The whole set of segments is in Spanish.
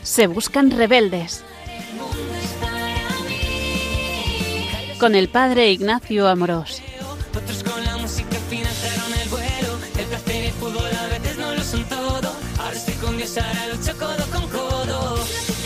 Se buscan rebeldes. Con el padre Ignacio Amorós. Otros con la música financiaron el vuelo. El placer y el fútbol a veces no lo son todo. Ahora estoy con Dios, ahora lucho codo con codo.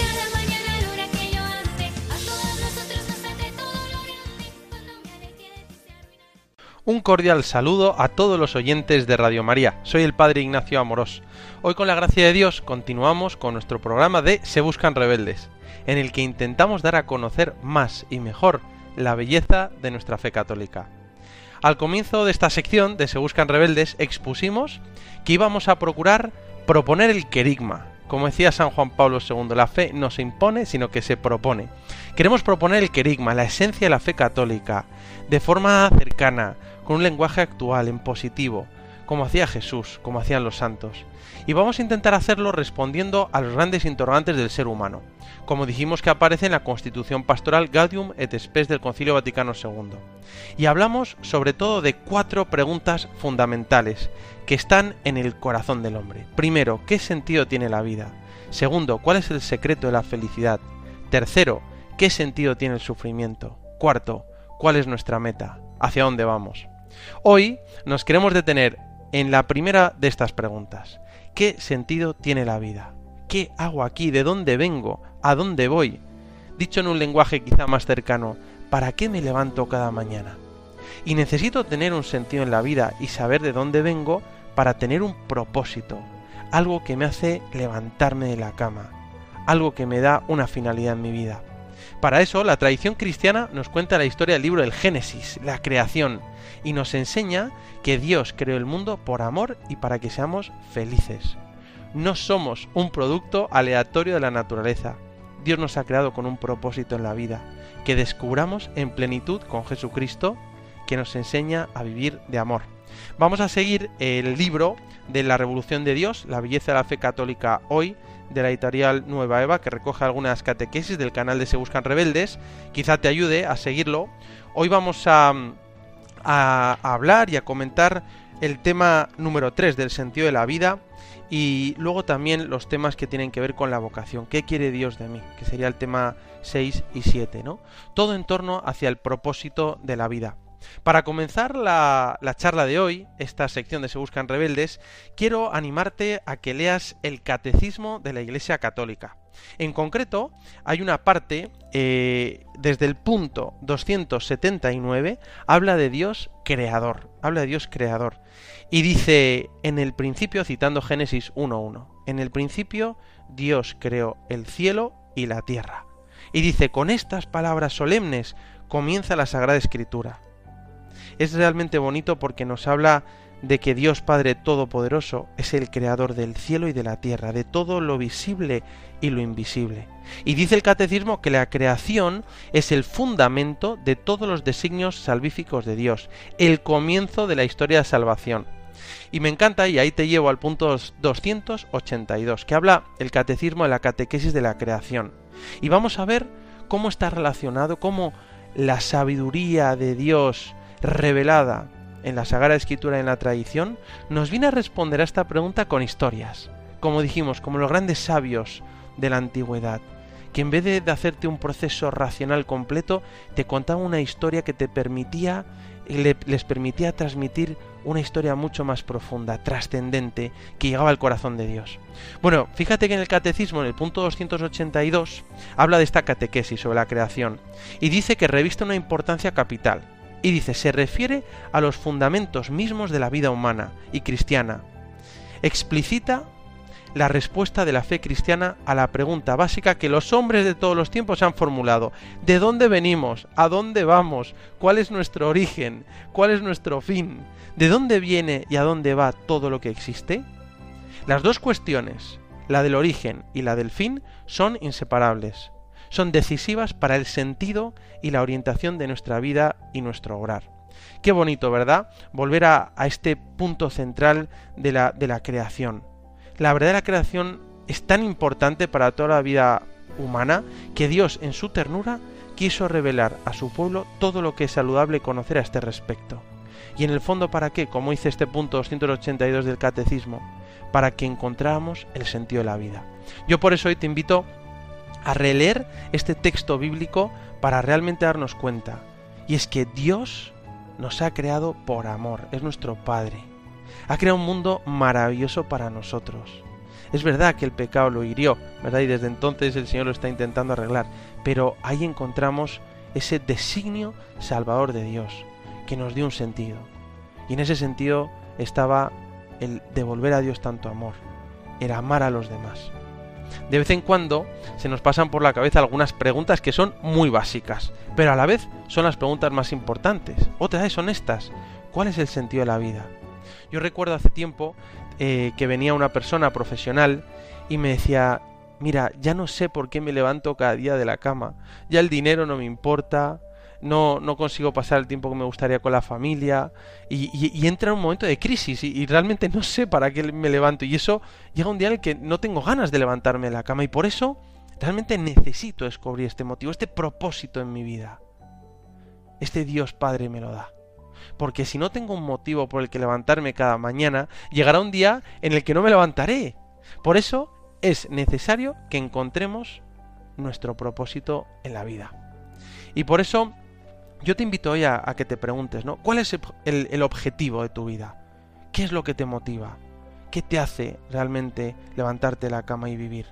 Un cordial saludo a todos los oyentes de Radio María. Soy el padre Ignacio Amorós. Hoy, con la gracia de Dios, continuamos con nuestro programa de Se buscan rebeldes, en el que intentamos dar a conocer más y mejor la belleza de nuestra fe católica. Al comienzo de esta sección de Se buscan rebeldes expusimos que íbamos a procurar proponer el querigma. Como decía San Juan Pablo II, la fe no se impone, sino que se propone. Queremos proponer el querigma, la esencia de la fe católica, de forma cercana, con un lenguaje actual, en positivo, como hacía Jesús, como hacían los santos. Y vamos a intentar hacerlo respondiendo a los grandes interrogantes del ser humano, como dijimos que aparece en la Constitución Pastoral Gaudium et Spes del Concilio Vaticano II. Y hablamos sobre todo de 4 preguntas fundamentales que están en el corazón del hombre. Primero, ¿qué sentido tiene la vida? Segundo, ¿cuál es el secreto de la felicidad? Tercero, ¿qué sentido tiene el sufrimiento? Cuarto, ¿cuál es nuestra meta? ¿Hacia dónde vamos? Hoy nos queremos detener en la primera de estas preguntas. ¿Qué sentido tiene la vida? ¿Qué hago aquí? ¿De dónde vengo? ¿A dónde voy? Dicho en un lenguaje quizá más cercano, ¿para qué me levanto cada mañana? Y necesito tener un sentido en la vida y saber de dónde vengo para tener un propósito, algo que me hace levantarme de la cama, algo que me da una finalidad en mi vida. Para eso, la tradición cristiana nos cuenta la historia del libro del Génesis, la creación, y nos enseña que Dios creó el mundo por amor y para que seamos felices. No somos un producto aleatorio de la naturaleza. Dios nos ha creado con un propósito en la vida, que descubramos en plenitud con Jesucristo, que nos enseña a vivir de amor. Vamos a seguir el libro de la Revolución de Dios, la belleza de la fe católica hoy, de la editorial Nueva Eva, que recoge algunas catequesis del canal de Se Buscan Rebeldes. Quizá te ayude a seguirlo. Hoy vamos a hablar y a comentar el tema número 3 del sentido de la vida, y luego también los temas que tienen que ver con la vocación. ¿Qué quiere Dios de mí? Que sería el tema 6 y 7, ¿no? Todo en torno hacia el propósito de la vida. Para comenzar la charla de hoy, esta sección de Se Buscan Rebeldes, quiero animarte a que leas el Catecismo de la Iglesia Católica. En concreto, hay una parte, desde el punto 279, habla de Dios creador, y dice, en el principio, citando Génesis 1.1, en el principio Dios creó el cielo y la tierra. Y dice, con estas palabras solemnes comienza la Sagrada Escritura. Es realmente bonito porque nos habla de que Dios Padre Todopoderoso es el creador del cielo y de la tierra, de todo lo visible y lo invisible. Y dice el Catecismo que la creación es el fundamento de todos los designios salvíficos de Dios, el comienzo de la historia de salvación. Y me encanta, y ahí te llevo al punto 282, que habla el Catecismo de la catequesis de la creación. Y vamos a ver cómo está relacionado, cómo la sabiduría de Dios revelada en la Sagrada Escritura y en la tradición nos viene a responder a esta pregunta con historias, como dijimos, como los grandes sabios de la antigüedad, que en vez de hacerte un proceso racional completo, te contaban una historia que les permitía transmitir una historia mucho más profunda, trascendente, que llegaba al corazón de Dios. Bueno, fíjate que en el Catecismo, en el punto 282, habla de esta catequesis sobre la creación, y dice que reviste una importancia capital. Y dice, se refiere a los fundamentos mismos de la vida humana y cristiana. Explicita la respuesta de la fe cristiana a la pregunta básica que los hombres de todos los tiempos han formulado. ¿De dónde venimos? ¿A dónde vamos? ¿Cuál es nuestro origen? ¿Cuál es nuestro fin? ¿De dónde viene y a dónde va todo lo que existe? Las dos cuestiones, la del origen y la del fin, son inseparables. Son decisivas para el sentido y la orientación de nuestra vida y nuestro obrar. Qué bonito, ¿verdad? Volver a este punto central de la creación. La verdadera creación es tan importante para toda la vida humana que Dios, en su ternura, quiso revelar a su pueblo todo lo que es saludable conocer a este respecto. Y en el fondo, ¿para qué? Como dice este punto 282 del Catecismo, para que encontráramos el sentido de la vida. Yo por eso hoy te invito a releer este texto bíblico para realmente darnos cuenta. Y es que Dios nos ha creado por amor, es nuestro Padre. Ha creado un mundo maravilloso para nosotros. Es verdad que el pecado lo hirió, ¿verdad? Y desde entonces el Señor lo está intentando arreglar. Pero ahí encontramos ese designio salvador de Dios, que nos dio un sentido. Y en ese sentido estaba el devolver a Dios tanto amor, el amar a los demás. De vez en cuando se nos pasan por la cabeza algunas preguntas que son muy básicas, pero a la vez son las preguntas más importantes. Otras son estas: ¿cuál es el sentido de la vida? Yo recuerdo hace tiempo que venía una persona profesional y me decía: mira, ya no sé por qué me levanto cada día de la cama, ya el dinero no me importa, no consigo pasar el tiempo que me gustaría con la familia, y entra en un momento de crisis y realmente no sé para qué me levanto, y eso llega un día en el que no tengo ganas de levantarme de la cama, y por eso realmente necesito descubrir este motivo, este propósito en mi vida. Este Dios Padre me lo da. Porque si no tengo un motivo por el que levantarme cada mañana, llegará un día en el que no me levantaré. Por eso es necesario que encontremos nuestro propósito en la vida. Y por eso yo te invito hoy a que te preguntes, ¿no? ¿Cuál es el objetivo de tu vida? ¿Qué es lo que te motiva? ¿Qué te hace realmente levantarte de la cama y vivir?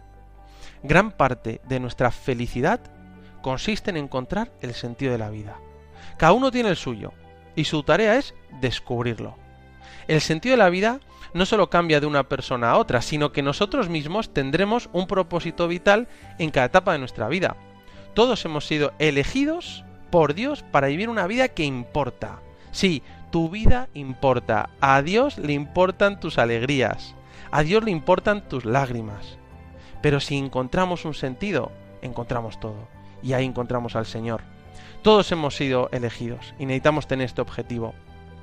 Gran parte de nuestra felicidad consiste en encontrar el sentido de la vida. Cada uno tiene el suyo y su tarea es descubrirlo. El sentido de la vida no solo cambia de una persona a otra, sino que nosotros mismos tendremos un propósito vital en cada etapa de nuestra vida. Todos hemos sido elegidos por Dios para vivir una vida que importa. Sí, tu vida importa. A Dios le importan tus alegrías. A Dios le importan tus lágrimas. Pero si encontramos un sentido, encontramos todo. Y ahí encontramos al Señor. Todos hemos sido elegidos y necesitamos tener este objetivo.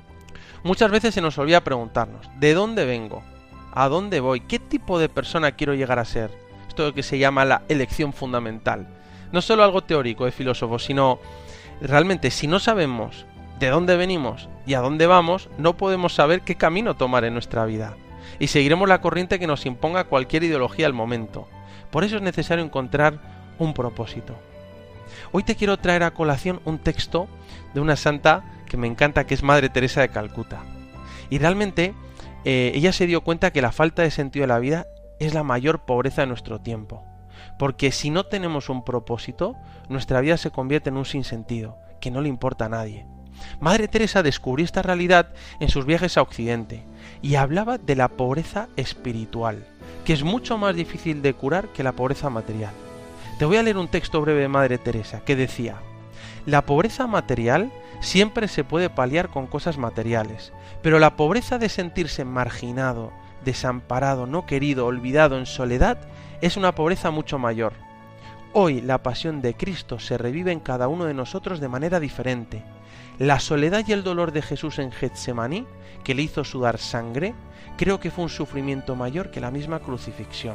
Muchas veces se nos olvida preguntarnos: ¿de dónde vengo? ¿A dónde voy? ¿Qué tipo de persona quiero llegar a ser? Esto que se llama la elección fundamental. No solo algo teórico de filósofos, sino realmente si no sabemos de dónde venimos y a dónde vamos, no podemos saber qué camino tomar en nuestra vida. Y seguiremos la corriente que nos imponga cualquier ideología al momento. Por eso es necesario encontrar un propósito. Hoy te quiero traer a colación un texto de una santa que me encanta, que es Madre Teresa de Calcuta. Y realmente ella se dio cuenta que la falta de sentido de la vida es la mayor pobreza de nuestro tiempo. Porque si no tenemos un propósito, nuestra vida se convierte en un sinsentido, que no le importa a nadie. Madre Teresa descubrió esta realidad en sus viajes a Occidente y hablaba de la pobreza espiritual, que es mucho más difícil de curar que la pobreza material. Te voy a leer un texto breve de Madre Teresa que decía: la pobreza material siempre se puede paliar con cosas materiales, pero la pobreza de sentirse marginado, desamparado, no querido, olvidado, en soledad, es una pobreza mucho mayor. Hoy la pasión de Cristo se revive en cada uno de nosotros de manera diferente. La soledad y el dolor de Jesús en Getsemaní, que le hizo sudar sangre, creo que fue un sufrimiento mayor que la misma crucifixión.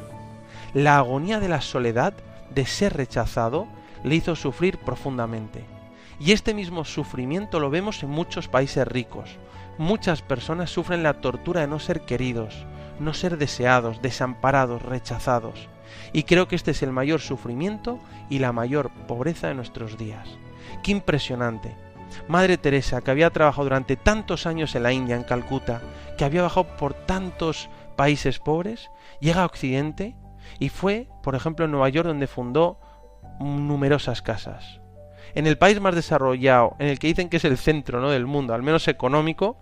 La agonía de la soledad, de ser rechazado, le hizo sufrir profundamente. Y este mismo sufrimiento lo vemos en muchos países ricos. Muchas personas sufren la tortura de no ser queridos, no ser deseados, desamparados, rechazados. Y creo que este es el mayor sufrimiento y la mayor pobreza de nuestros días. ¡Qué impresionante! Madre Teresa, que había trabajado durante tantos años en la India, en Calcuta, que había viajado por tantos países pobres, llega a Occidente y fue, por ejemplo, en Nueva York, donde fundó numerosas casas. En el país más desarrollado, en el que dicen que es el centro, ¿no?, del mundo, al menos económico,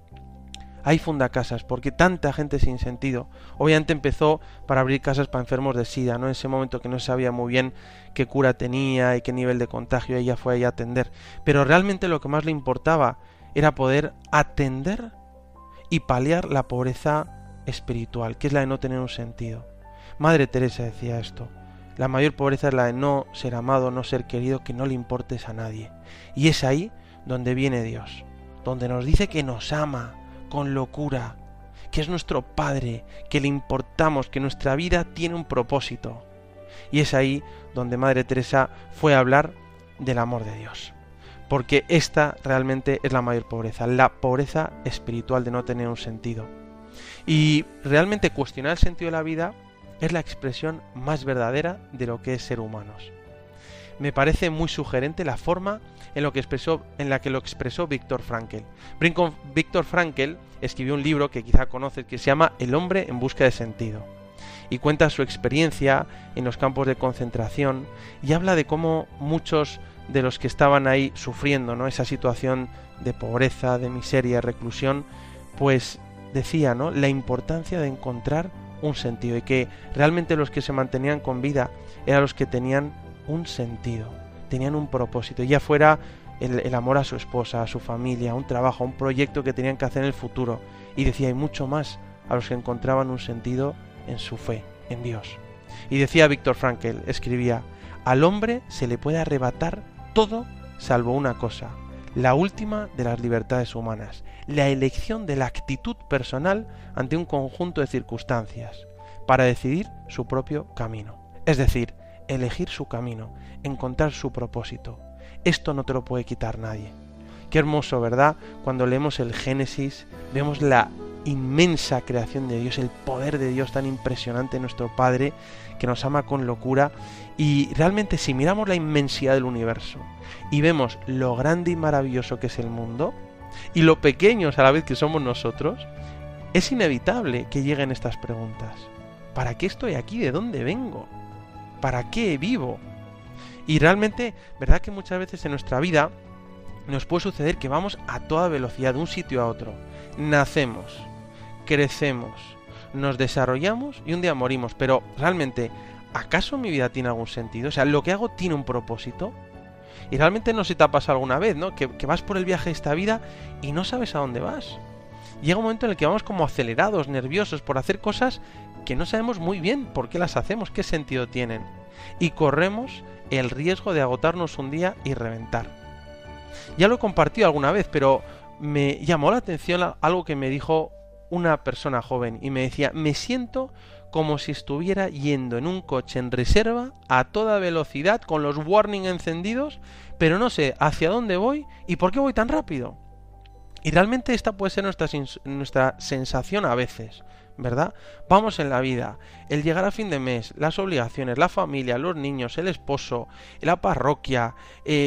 ahí funda casas, porque tanta gente sin sentido. Obviamente empezó para abrir casas para enfermos de SIDA, ¿no? En ese momento que no sabía muy bien qué cura tenía y qué nivel de contagio, ella fue ahí a atender. Pero realmente lo que más le importaba era poder atender y paliar la pobreza espiritual, que es la de no tener un sentido. Madre Teresa decía esto: la mayor pobreza es la de no ser amado, no ser querido, que no le importes a nadie. Y es ahí donde viene Dios, donde nos dice que nos ama con locura, que es nuestro Padre, que le importamos, que nuestra vida tiene un propósito. Y es ahí donde Madre Teresa fue a hablar del amor de Dios, porque esta realmente es la mayor pobreza, la pobreza espiritual de no tener un sentido. Y realmente cuestionar el sentido de la vida es la expresión más verdadera de lo que es ser humanos. Me parece muy sugerente la forma en la que lo expresó Viktor Frankl. Viktor Frankl escribió un libro que quizá conoces que se llama El hombre en busca de sentido. Y cuenta su experiencia en los campos de concentración y habla de cómo muchos de los que estaban ahí sufriendo, ¿no?, esa situación de pobreza, de miseria, de reclusión, pues decía, ¿no?, la importancia de encontrar un sentido y que realmente los que se mantenían con vida eran los que tenían un sentido, tenían un propósito, ya fuera el amor a su esposa, a su familia, un trabajo, un proyecto que tenían que hacer en el futuro. Y decía, hay mucho más a los que encontraban un sentido en su fe, en Dios. Y decía Viktor Frankl, escribía, al hombre se le puede arrebatar todo salvo una cosa, la última de las libertades humanas, la elección de la actitud personal ante un conjunto de circunstancias, para decidir su propio camino. Es decir, elegir su camino, encontrar su propósito. Esto no te lo puede quitar nadie. Qué hermoso, ¿verdad? Cuando leemos el Génesis, vemos la inmensa creación de Dios, el poder de Dios tan impresionante, nuestro Padre, que nos ama con locura. Y realmente si miramos la inmensidad del universo y vemos lo grande y maravilloso que es el mundo y lo pequeños a la vez que somos nosotros, es inevitable que lleguen estas preguntas. ¿Para qué estoy aquí? ¿De dónde vengo? ¿Para qué vivo? Y realmente, ¿verdad que muchas veces en nuestra vida nos puede suceder que vamos a toda velocidad de un sitio a otro? Nacemos, crecemos, nos desarrollamos y un día morimos, pero realmente, ¿acaso mi vida tiene algún sentido? O sea, ¿lo que hago tiene un propósito? Y realmente no sé si te ha pasado alguna vez, ¿no? Que vas por el viaje de esta vida y no sabes a dónde vas. Llega un momento en el que vamos como acelerados, nerviosos por hacer cosas que no sabemos muy bien por qué las hacemos, qué sentido tienen. Y corremos el riesgo de agotarnos un día y reventar. Ya lo he compartido alguna vez, pero me llamó la atención algo que me dijo una persona joven y me decía, me siento como si estuviera yendo en un coche en reserva a toda velocidad con los warning encendidos, pero no sé hacia dónde voy y por qué voy tan rápido. Y realmente esta puede ser nuestra sensación a veces, ¿verdad? Vamos en la vida, el llegar a fin de mes, las obligaciones, la familia, los niños, el esposo, la parroquia,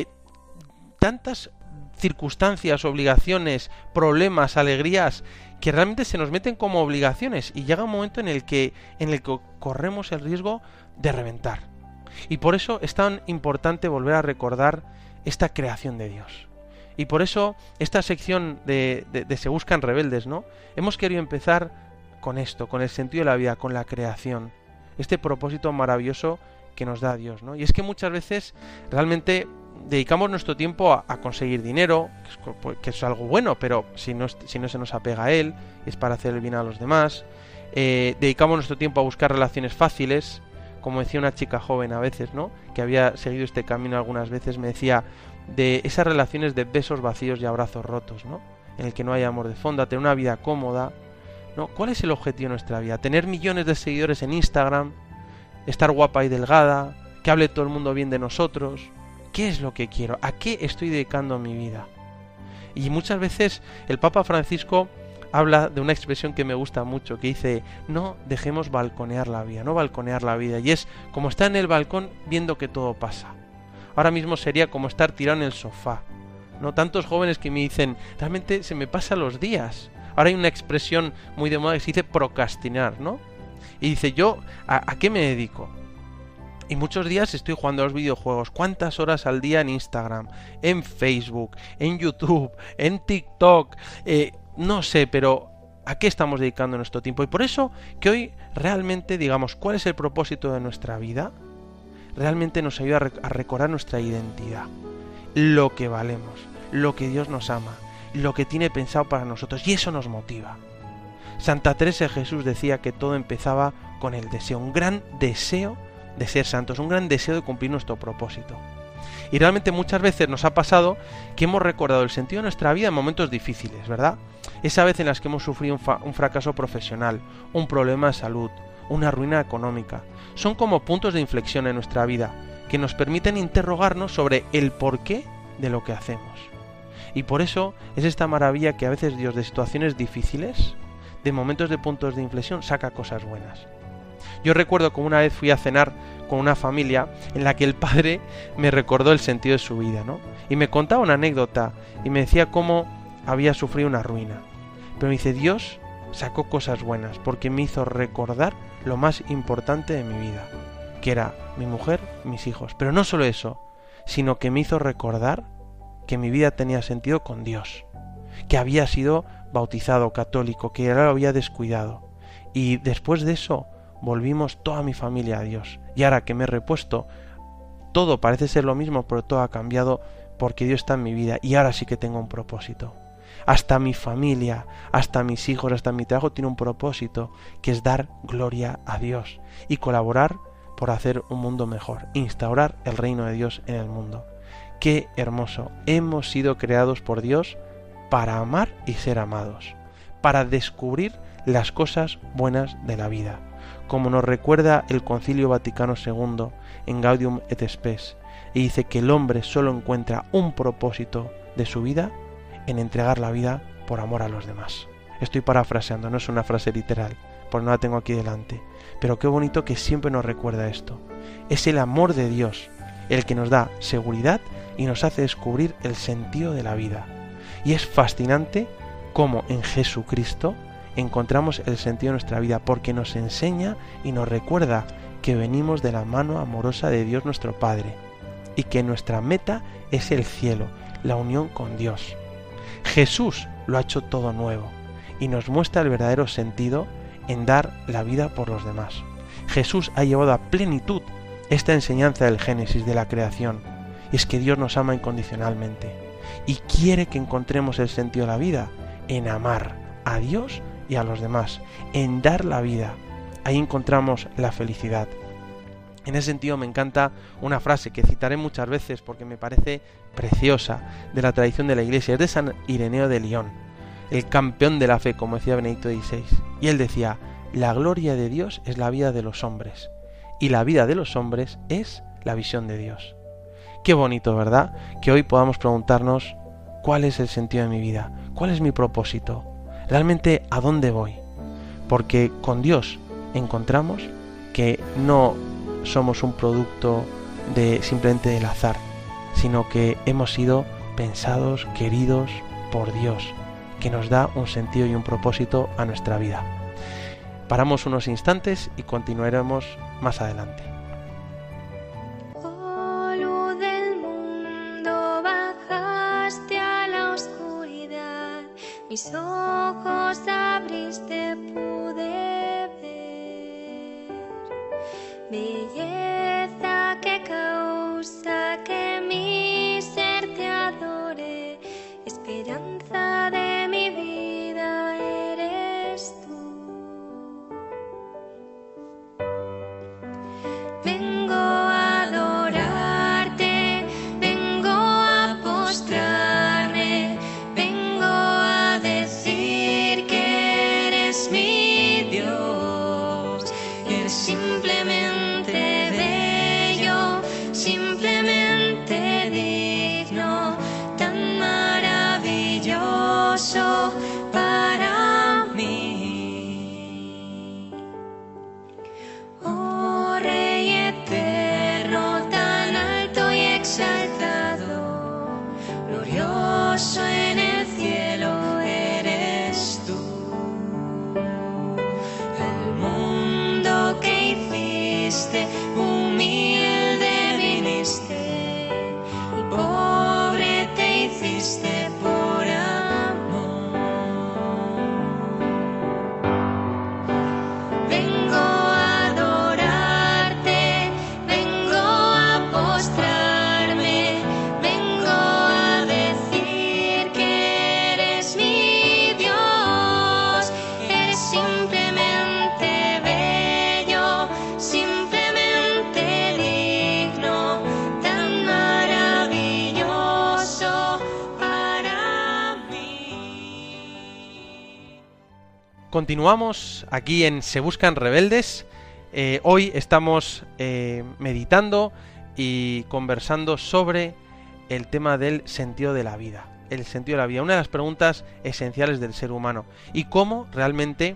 tantas circunstancias, obligaciones, problemas, alegrías, que realmente se nos meten como obligaciones y llega un momento en el que corremos el riesgo de reventar. Y por eso es tan importante volver a recordar esta creación de Dios. Y por eso esta sección de Se Buscan Rebeldes, ¿no? Hemos querido empezar con esto, con el sentido de la vida, con la creación, este propósito maravilloso que nos da Dios, ¿no? Y es que muchas veces realmente dedicamos nuestro tiempo a conseguir dinero, que es algo bueno, pero si no se nos apega a él, es para hacer el bien a los demás. Dedicamos nuestro tiempo a buscar relaciones fáciles, como decía una chica joven a veces, ¿no? Que había seguido este camino algunas veces, me decía de esas relaciones de besos vacíos y abrazos rotos, ¿no? En el que no hay amor de fondo, a tener una vida cómoda, ¿no? ¿Cuál es el objetivo de nuestra vida? ¿Tener millones de seguidores en Instagram? ¿Estar guapa y delgada? ¿Que hable todo el mundo bien de nosotros? ¿Qué es lo que quiero? ¿A qué estoy dedicando mi vida? Y muchas veces el Papa Francisco habla de una expresión que me gusta mucho, que dice, no dejemos balconear la vida, no balconear la vida. Y es como estar en el balcón viendo que todo pasa. Ahora mismo sería como estar tirado en el sofá, ¿no? Tantos jóvenes que me dicen, realmente se me pasan los días. Ahora hay una expresión muy de moda que se dice procrastinar, ¿no? Y dice, ¿yo a qué me dedico? Y muchos días estoy jugando a los videojuegos. ¿Cuántas horas al día en Instagram, en Facebook, en YouTube, en TikTok? No sé, pero ¿a qué estamos dedicando nuestro tiempo? Y por eso que hoy realmente digamos cuál es el propósito de nuestra vida, realmente nos ayuda a recordar nuestra identidad, lo que valemos, lo que Dios nos ama, lo que tiene pensado para nosotros, y eso nos motiva. Santa Teresa de Jesús decía que todo empezaba con el deseo, un gran deseo de ser santos, un gran deseo de cumplir nuestro propósito. Y realmente muchas veces nos ha pasado que hemos recordado el sentido de nuestra vida en momentos difíciles, ¿verdad? Esa vez en las que hemos sufrido un fracaso profesional, un problema de salud, una ruina económica. Son como puntos de inflexión en nuestra vida que nos permiten interrogarnos sobre el porqué de lo que hacemos. Y por eso es esta maravilla que a veces Dios de situaciones difíciles de momentos de puntos de inflexión saca cosas buenas. Yo recuerdo que una vez fui a cenar con una familia en la que el padre me recordó el sentido de su vida, ¿no? Y me contaba una anécdota y me decía cómo había sufrido una ruina. Pero me dice, Dios sacó cosas buenas porque me hizo recordar lo más importante de mi vida, que era mi mujer, mis hijos. Pero no solo eso, sino que me hizo recordar que mi vida tenía sentido con Dios, que había sido bautizado católico, que ahora lo había descuidado. Y después de eso volvimos toda mi familia a Dios. Y ahora que me he repuesto, todo parece ser lo mismo, pero todo ha cambiado porque Dios está en mi vida y ahora sí que tengo un propósito. Hasta mi familia, hasta mis hijos, hasta mi trabajo tiene un propósito, que es dar gloria a Dios y colaborar por hacer un mundo mejor, instaurar el reino de Dios en el mundo. ¡Qué hermoso! Hemos sido creados por Dios para amar y ser amados, para descubrir las cosas buenas de la vida, como nos recuerda el Concilio Vaticano II en Gaudium et Spes, y dice que el hombre solo encuentra un propósito de su vida en entregar la vida por amor a los demás. Estoy parafraseando, no es una frase literal, porque no la tengo aquí delante, pero qué bonito que siempre nos recuerda esto. Es el amor de Dios el que nos da seguridad y nos hace descubrir el sentido de la vida. Y es fascinante cómo en Jesucristo encontramos el sentido de nuestra vida, porque nos enseña y nos recuerda que venimos de la mano amorosa de Dios nuestro Padre y que nuestra meta es el cielo, la unión con Dios. Jesús lo ha hecho todo nuevo y nos muestra el verdadero sentido en dar la vida por los demás. Jesús ha llevado a plenitud esta enseñanza del Génesis, de la creación, y es que Dios nos ama incondicionalmente y quiere que encontremos el sentido de la vida en amar a Dios y a los demás, en dar la vida. Ahí encontramos la felicidad. En ese sentido me encanta una frase que citaré muchas veces porque me parece preciosa, de la tradición de la Iglesia. Es de San Ireneo de Lyon, el campeón de la fe, como decía Benedicto XVI. Y él decía, la gloria de Dios es la vida de los hombres, y la vida de los hombres es la visión de Dios. Qué bonito, ¿verdad? Que hoy podamos preguntarnos, ¿cuál es el sentido de mi vida? ¿Cuál es mi propósito? ¿Realmente a dónde voy? Porque con Dios encontramos que no somos un producto de simplemente del azar, sino que hemos sido pensados, queridos por Dios, que nos da un sentido y un propósito a nuestra vida. Paramos unos instantes y continuaremos más adelante. Oh, luz del mundo, bajaste a la oscuridad, mis ojos abriste, pude ver belleza que causa que mi ser te adore, esperanza de mi vida eres tú. Vengo a adorarte, vengo a postrarme, vengo a decir que eres mi Dios, eres simplemente bello, simplemente digno, tan maravilloso para mí. Oh Rey eterno, tan alto y exaltado, glorioso en el cielo eres tú. El mundo que hiciste, humilde viniste, y pobre te hiciste por amor. Vengo a adorarte, vengo a postrarme, vengo a decir que eres mi Dios, eres simplemente bello, simplemente digno, tan maravilloso para mí. Continuamos aquí en Se Buscan Rebeldes. Hoy estamos meditando y conversando sobre el tema del sentido de la vida. el sentido de la vida? Una de las preguntas esenciales del ser humano. Y cómo realmente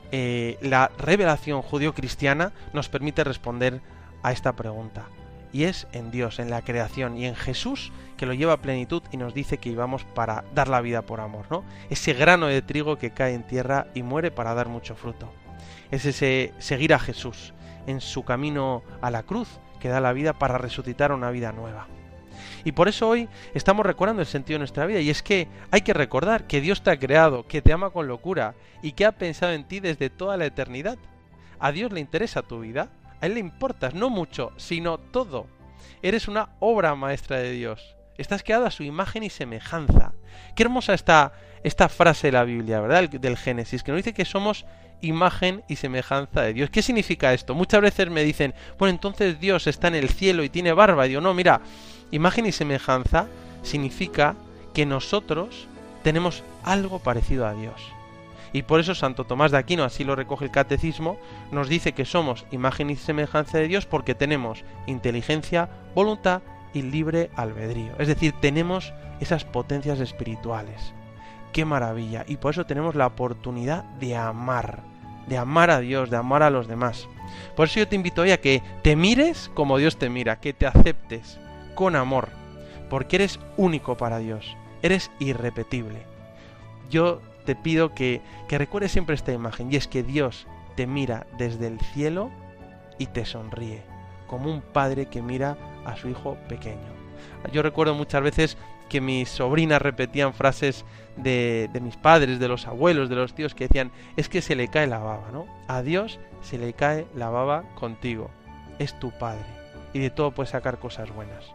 la revelación judío-cristiana nos permite responder a esta pregunta. Y es en Dios, en la creación y en Jesús, que lo lleva a plenitud y nos dice que íbamos para dar la vida por amor, ¿no? Ese grano de trigo que cae en tierra y muere para dar mucho fruto. Es ese seguir a Jesús en su camino a la cruz, que da la vida para resucitar una vida nueva. Y por eso hoy estamos recordando el sentido de nuestra vida, y es que hay que recordar que Dios te ha creado, que te ama con locura y que ha pensado en ti desde toda la eternidad. ¿A Dios le interesa tu vida? A Él le importas, no mucho, sino todo. Eres una obra maestra de Dios. Estás creado a su imagen y semejanza. Qué hermosa esta frase de la Biblia, ¿verdad? Del Génesis, que nos dice que somos imagen y semejanza de Dios. ¿Qué significa esto? Muchas veces me dicen, bueno, entonces Dios está en el cielo y tiene barba. Y digo, no, mira, imagen y semejanza significa que nosotros tenemos algo parecido a Dios. Y por eso Santo Tomás de Aquino, así lo recoge el Catecismo, nos dice que somos imagen y semejanza de Dios porque tenemos inteligencia, voluntad y libre albedrío. Es decir, tenemos esas potencias espirituales. ¡Qué maravilla! Y por eso tenemos la oportunidad de amar a Dios, de amar a los demás. Por eso yo te invito hoy a que te mires como Dios te mira, que te aceptes con amor, porque eres único para Dios, eres irrepetible. Yo te pido que recuerdes siempre esta imagen, y es que Dios te mira desde el cielo y te sonríe, como un padre que mira a su hijo pequeño. Yo recuerdo muchas veces que mis sobrinas repetían frases de mis padres, de los abuelos, de los tíos, que decían, es que se le cae la baba, ¿no? A Dios se le cae la baba contigo, es tu padre, y de todo puedes sacar cosas buenas.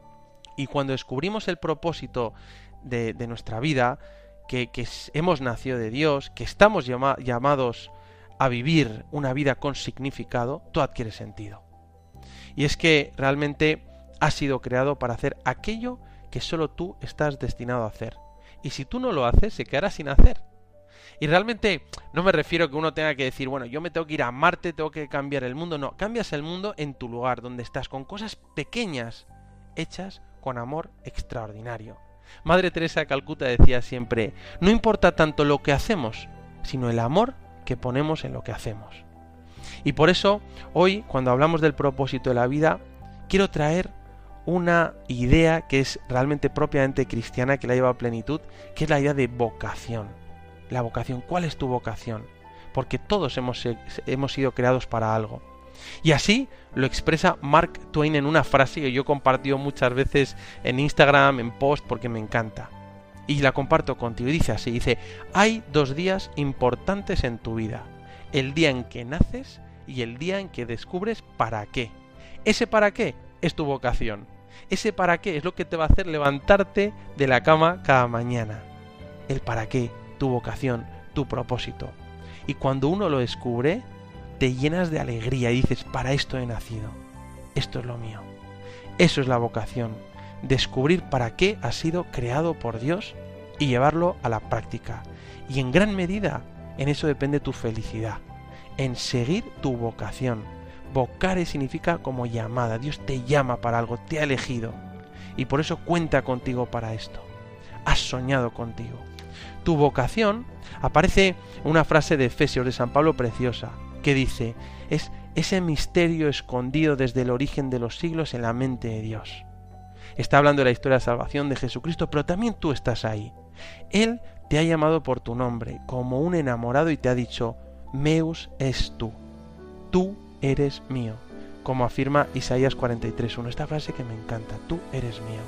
Y cuando descubrimos el propósito de nuestra vida, que hemos nacido de Dios, que estamos llamados a vivir una vida con significado, todo adquiere sentido. Y es que realmente has sido creado para hacer aquello que solo tú estás destinado a hacer. Y si tú no lo haces, se quedará sin hacer. Y realmente no me refiero a que uno tenga que decir, bueno, yo me tengo que ir a Marte, tengo que cambiar el mundo. No, cambias el mundo en tu lugar, donde estás, con cosas pequeñas, hechas con amor extraordinario. Madre Teresa de Calcuta decía siempre, no importa tanto lo que hacemos, sino el amor que ponemos en lo que hacemos. Y por eso, hoy, cuando hablamos del propósito de la vida, quiero traer una idea que es realmente propiamente cristiana, que la lleva a plenitud, que es la idea de vocación. La vocación, ¿cuál es tu vocación? Porque todos hemos sido creados para algo. Y así lo expresa Mark Twain en una frase que yo he compartido muchas veces en Instagram, en post, porque me encanta. Y la comparto contigo. Y dice así, dice, hay 2 días importantes en tu vida. El día en que naces y el día en que descubres para qué. Ese para qué es tu vocación. Ese para qué es lo que te va a hacer levantarte de la cama cada mañana. El para qué, tu vocación, tu propósito. Y cuando uno lo descubre, te llenas de alegría y dices, para esto he nacido. Esto es lo mío. Eso es la vocación. Descubrir para qué has sido creado por Dios y llevarlo a la práctica. Y en gran medida, en eso depende tu felicidad. En seguir tu vocación. Vocare significa como llamada. Dios te llama para algo, te ha elegido. Y por eso cuenta contigo para esto. Has soñado contigo. Tu vocación aparece en una frase de Efesios de San Pablo preciosa, que dice, es ese misterio escondido desde el origen de los siglos en la mente de Dios. Está hablando de la historia de salvación de Jesucristo, pero también tú estás ahí. Él te ha llamado por tu nombre, como un enamorado, y te ha dicho, meus es tú. Tú eres mío, como afirma Isaías 43:1. Esta frase que me encanta, tú eres mío.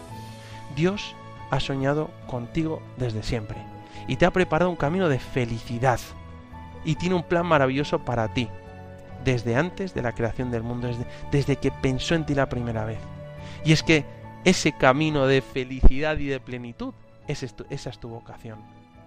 Dios ha soñado contigo desde siempre y te ha preparado un camino de felicidad y tiene un plan maravilloso para ti desde antes de la creación del mundo, desde que pensó en ti la primera vez. Y es que ese camino de felicidad y de plenitud, esa es tu vocación.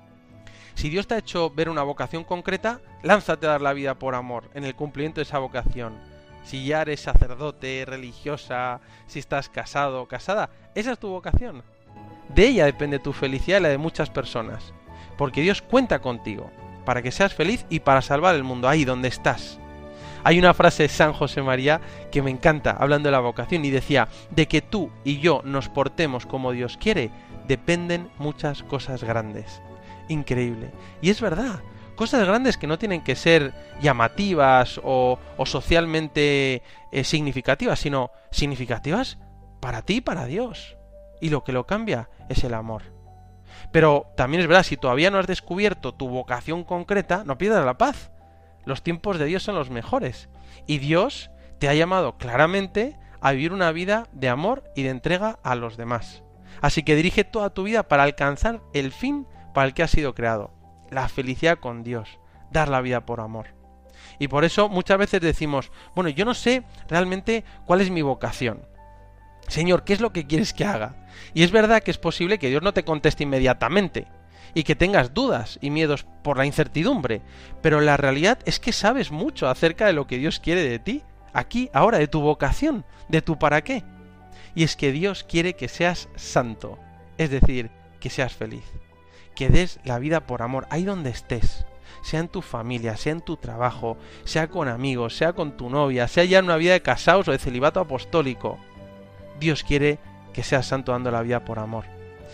Si Dios te ha hecho ver una vocación concreta, lánzate a dar la vida por amor en el cumplimiento de esa vocación. Si ya eres sacerdote, religiosa, si estás casado o casada, esa es tu vocación. De ella depende tu felicidad y la de muchas personas, porque Dios cuenta contigo para que seas feliz y para salvar el mundo ahí donde estás. Hay una frase de San José María que me encanta, hablando de la vocación, y decía, de que tú y yo nos portemos como Dios quiere, dependen muchas cosas grandes. Increíble. Y es verdad, cosas grandes que no tienen que ser llamativas o socialmente significativas, sino significativas para ti y para Dios. Y lo que lo cambia es el amor. Pero también es verdad, si todavía no has descubierto tu vocación concreta, no pierdas la paz. Los tiempos de Dios son los mejores. Y Dios te ha llamado claramente a vivir una vida de amor y de entrega a los demás. Así que dirige toda tu vida para alcanzar el fin para el que has sido creado. La felicidad con Dios. Dar la vida por amor. Y por eso muchas veces decimos, bueno, yo no sé realmente cuál es mi vocación. Señor, ¿qué es lo que quieres que haga? Y es verdad que es posible que Dios no te conteste inmediatamente y que tengas dudas y miedos por la incertidumbre, pero la realidad es que sabes mucho acerca de lo que Dios quiere de ti, aquí, ahora, de tu vocación, de tu para qué. Y es que Dios quiere que seas santo, es decir, que seas feliz, que des la vida por amor, ahí donde estés, sea en tu familia, sea en tu trabajo, sea con amigos, sea con tu novia, sea ya en una vida de casados o de celibato apostólico. Dios quiere que seas santo dando la vida por amor.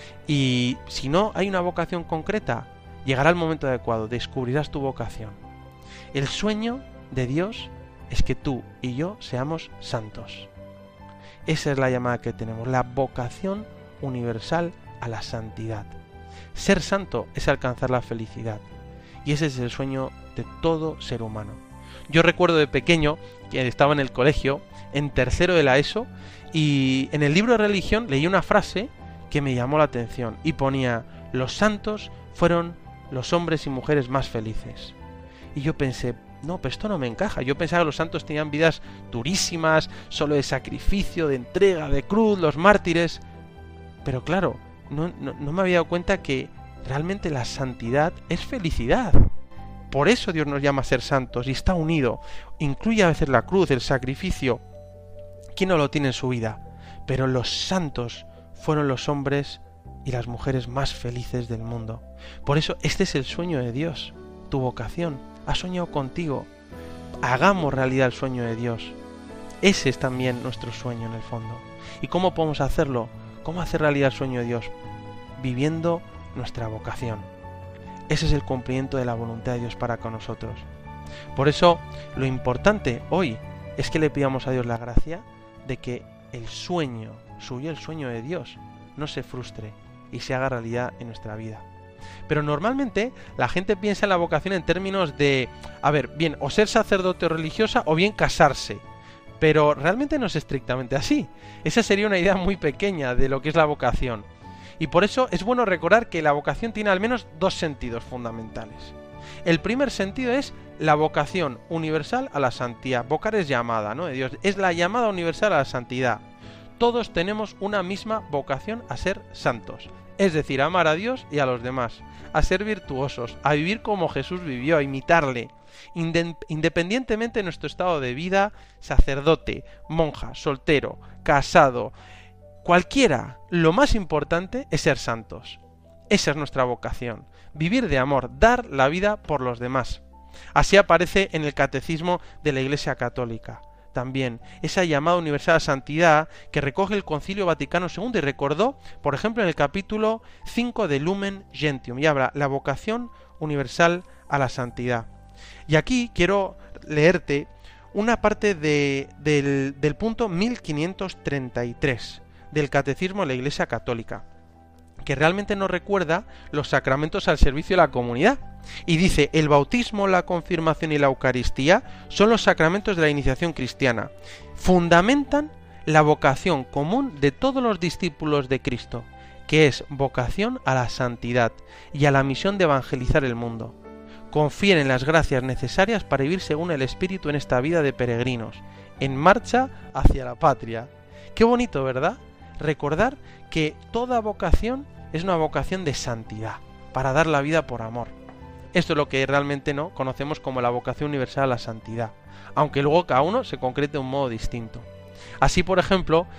Y si no hay una vocación concreta, llegará el momento adecuado, descubrirás tu vocación. El sueño de Dios es que tú y yo seamos santos. Esa es la llamada que tenemos, la vocación universal a la santidad. Ser santo es alcanzar la felicidad. Y ese es el sueño de todo ser humano. Yo recuerdo de pequeño que estaba en el colegio, en tercero de la ESO, y en el libro de religión leí una frase que me llamó la atención y ponía: los santos fueron los hombres y mujeres más felices. Y yo pensé, no, pero esto no me encaja. Yo pensaba que los santos tenían vidas durísimas, solo de sacrificio, de entrega, de cruz, los mártires. Pero claro, no me había dado cuenta que realmente la santidad es felicidad. Por eso Dios nos llama a ser santos y está unido. Incluye a veces la cruz, el sacrificio. ¿Quién no lo tiene en su vida? Pero los santos fueron los hombres y las mujeres más felices del mundo. Por eso este es el sueño de Dios, tu vocación. Ha soñado contigo. Hagamos realidad el sueño de Dios. Ese es también nuestro sueño en el fondo. ¿Y cómo podemos hacerlo? ¿Cómo hacer realidad el sueño de Dios? Viviendo nuestra vocación. Ese es el cumplimiento de la voluntad de Dios para con nosotros. Por eso, lo importante hoy es que le pidamos a Dios la gracia de que el sueño suyo, el sueño de Dios, no se frustre y se haga realidad en nuestra vida. Pero normalmente la gente piensa en la vocación en términos de, bien, o ser sacerdote o religiosa o bien casarse. Pero realmente no es estrictamente así. Esa sería una idea muy pequeña de lo que es la vocación. Y por eso es bueno recordar que la vocación tiene al menos dos sentidos fundamentales. El primer sentido es la vocación universal a la santidad. Vocar es llamada, ¿no? De Dios. Es la llamada universal a la santidad. Todos tenemos una misma vocación a ser santos. Es decir, a amar a Dios y a los demás. A ser virtuosos. A vivir como Jesús vivió. A imitarle. Independientemente de nuestro estado de vida, sacerdote, monja, soltero, casado, cualquiera, lo más importante es ser santos. Esa es nuestra vocación. Vivir de amor, dar la vida por los demás. Así aparece en el Catecismo de la Iglesia Católica. También esa llamada universal a la santidad que recoge el Concilio Vaticano II y recordó, por ejemplo, en el capítulo 5 de Lumen Gentium, y habla la vocación universal a la santidad. Y aquí quiero leerte una parte del punto 1533 del Catecismo de la Iglesia Católica, que realmente nos recuerda los sacramentos al servicio de la comunidad. Y dice: el bautismo, la confirmación y la Eucaristía son los sacramentos de la iniciación cristiana. Fundamentan la vocación común de todos los discípulos de Cristo, que es vocación a la santidad y a la misión de evangelizar el mundo. Confieren las gracias necesarias para vivir según el Espíritu en esta vida de peregrinos, en marcha hacia la patria. Qué bonito, ¿verdad? Recordar que toda vocación es una vocación de santidad, para dar la vida por amor. Esto es lo que realmente no conocemos como la vocación universal a la santidad, aunque luego cada uno se concrete de un modo distinto. Así, por ejemplo,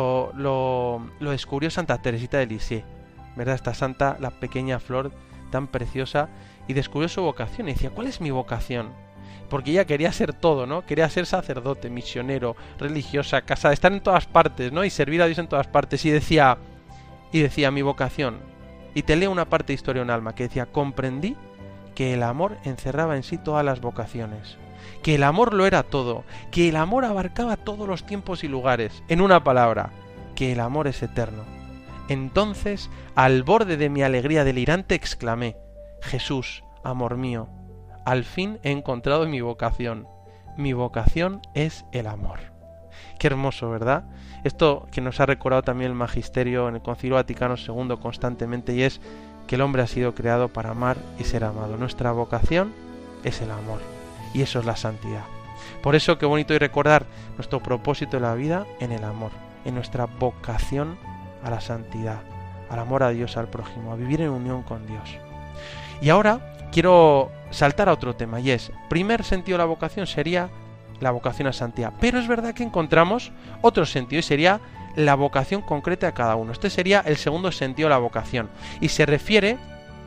lo descubrió Santa Teresita de Lisieux, ¿verdad? Esta santa, la pequeña flor tan preciosa, y descubrió su vocación y decía: ¿cuál es mi vocación? Porque ella quería ser todo, ¿no? Quería ser sacerdote, misionero, religiosa, casada, estar en todas partes, ¿no? Y servir a Dios en todas partes. Y decía: y decía mi vocación, y te leo una parte de Historia de un alma que decía, comprendí que el amor encerraba en sí todas las vocaciones, que el amor lo era todo, que el amor abarcaba todos los tiempos y lugares, en una palabra, que el amor es eterno. Entonces, al borde de mi alegría delirante, exclamé, Jesús, amor mío, al fin he encontrado mi vocación es el amor. Qué hermoso, ¿verdad? Esto que nos ha recordado también el Magisterio en el Concilio Vaticano II constantemente, y es que el hombre ha sido creado para amar y ser amado. Nuestra vocación es el amor, y eso es la santidad. Por eso qué bonito hoy recordar nuestro propósito de la vida en el amor, en nuestra vocación a la santidad, al amor a Dios, al prójimo, a vivir en unión con Dios. Y ahora quiero saltar a otro tema, y es, primer sentido de la vocación sería la vocación a santidad, pero es verdad que encontramos otro sentido y sería la vocación concreta de cada uno. Este sería el segundo sentido de la vocación y se refiere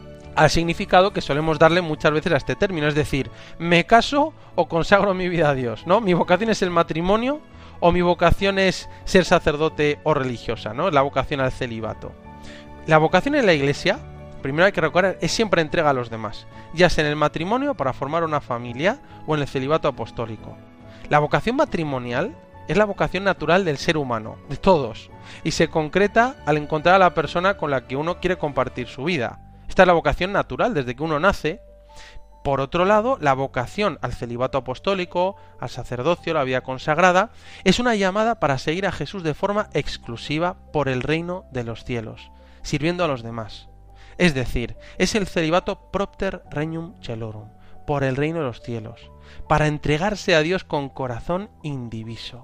al significado que solemos darle muchas veces a este término, es decir, me caso o consagro mi vida a Dios, ¿no? Mi vocación es el matrimonio o mi vocación es ser sacerdote o religiosa, ¿no? La vocación al celibato. La vocación en la Iglesia, primero hay que recordar, es siempre entrega a los demás, ya sea en el matrimonio para formar una familia o en el celibato apostólico. La vocación matrimonial es la vocación natural del ser humano, de todos, y se concreta al encontrar a la persona con la que uno quiere compartir su vida. Esta es la vocación natural desde que uno nace. Por otro lado, la vocación al celibato apostólico, al sacerdocio, la vida consagrada, es una llamada para seguir a Jesús de forma exclusiva por el reino de los cielos, sirviendo a los demás. Es decir, es el celibato propter regnum celorum, por el reino de los cielos, para entregarse a Dios con corazón indiviso.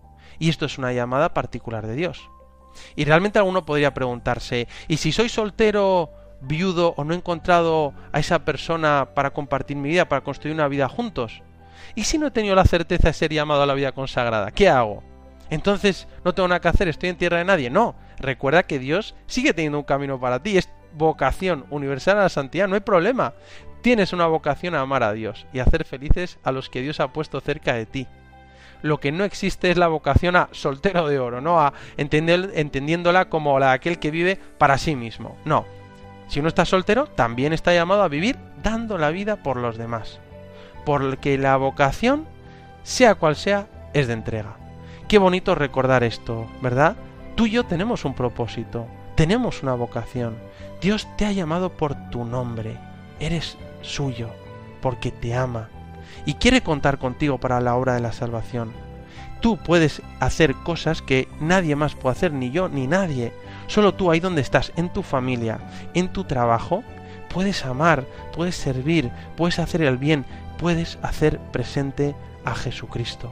Y esto es una llamada particular de Dios. Y realmente alguno podría preguntarse, ¿y si soy soltero, viudo o no he encontrado a esa persona para compartir mi vida, para construir una vida juntos? ¿Y si no he tenido la certeza de ser llamado a la vida consagrada? ¿Qué hago? Entonces, ¿no tengo nada que hacer? ¿Estoy en tierra de nadie? No, recuerda que Dios sigue teniendo un camino para ti. Es vocación universal a la santidad, no hay problema. Tienes una vocación a amar a Dios y a hacer felices a los que Dios ha puesto cerca de ti. Lo que no existe es la vocación a soltero de oro, ¿no? A entendiéndola como la de aquel que vive para sí mismo. No. Si uno está soltero, también está llamado a vivir dando la vida por los demás. Porque la vocación, sea cual sea, es de entrega. Qué bonito recordar esto, ¿verdad? Tú y yo tenemos un propósito, tenemos una vocación. Dios te ha llamado por tu nombre. Eres suyo, porque te ama y quiere contar contigo para la obra de la salvación. Tú puedes hacer cosas que nadie más puede hacer, ni yo ni nadie. Solo tú, ahí donde estás, en tu familia, en tu trabajo, puedes amar, puedes servir, puedes hacer el bien, puedes hacer presente a Jesucristo.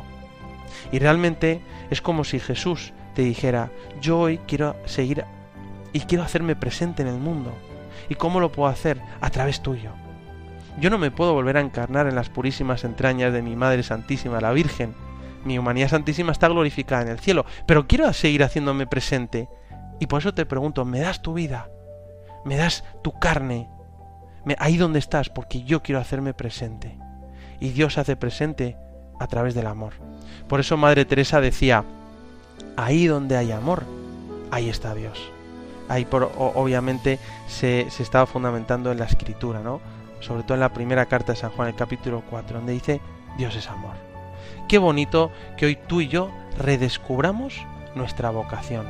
Y realmente es como si Jesús te dijera, yo hoy quiero seguir y quiero hacerme presente en el mundo. ¿Y cómo lo puedo hacer? A través tuyo. Yo no me puedo volver a encarnar en las purísimas entrañas de mi Madre Santísima, la Virgen. Mi humanidad santísima está glorificada en el cielo, pero quiero seguir haciéndome presente. Y por eso te pregunto, ¿me das tu vida? ¿Me das tu carne? Ahí donde estás, porque yo quiero hacerme presente. Y Dios se hace presente a través del amor. Por eso Madre Teresa decía, ahí donde hay amor, ahí está Dios. Ahí obviamente se estaba fundamentando en la Escritura, ¿no? Sobre todo en la primera carta de San Juan, el capítulo 4, donde dice, Dios es amor. Qué bonito que hoy tú y yo redescubramos nuestra vocación.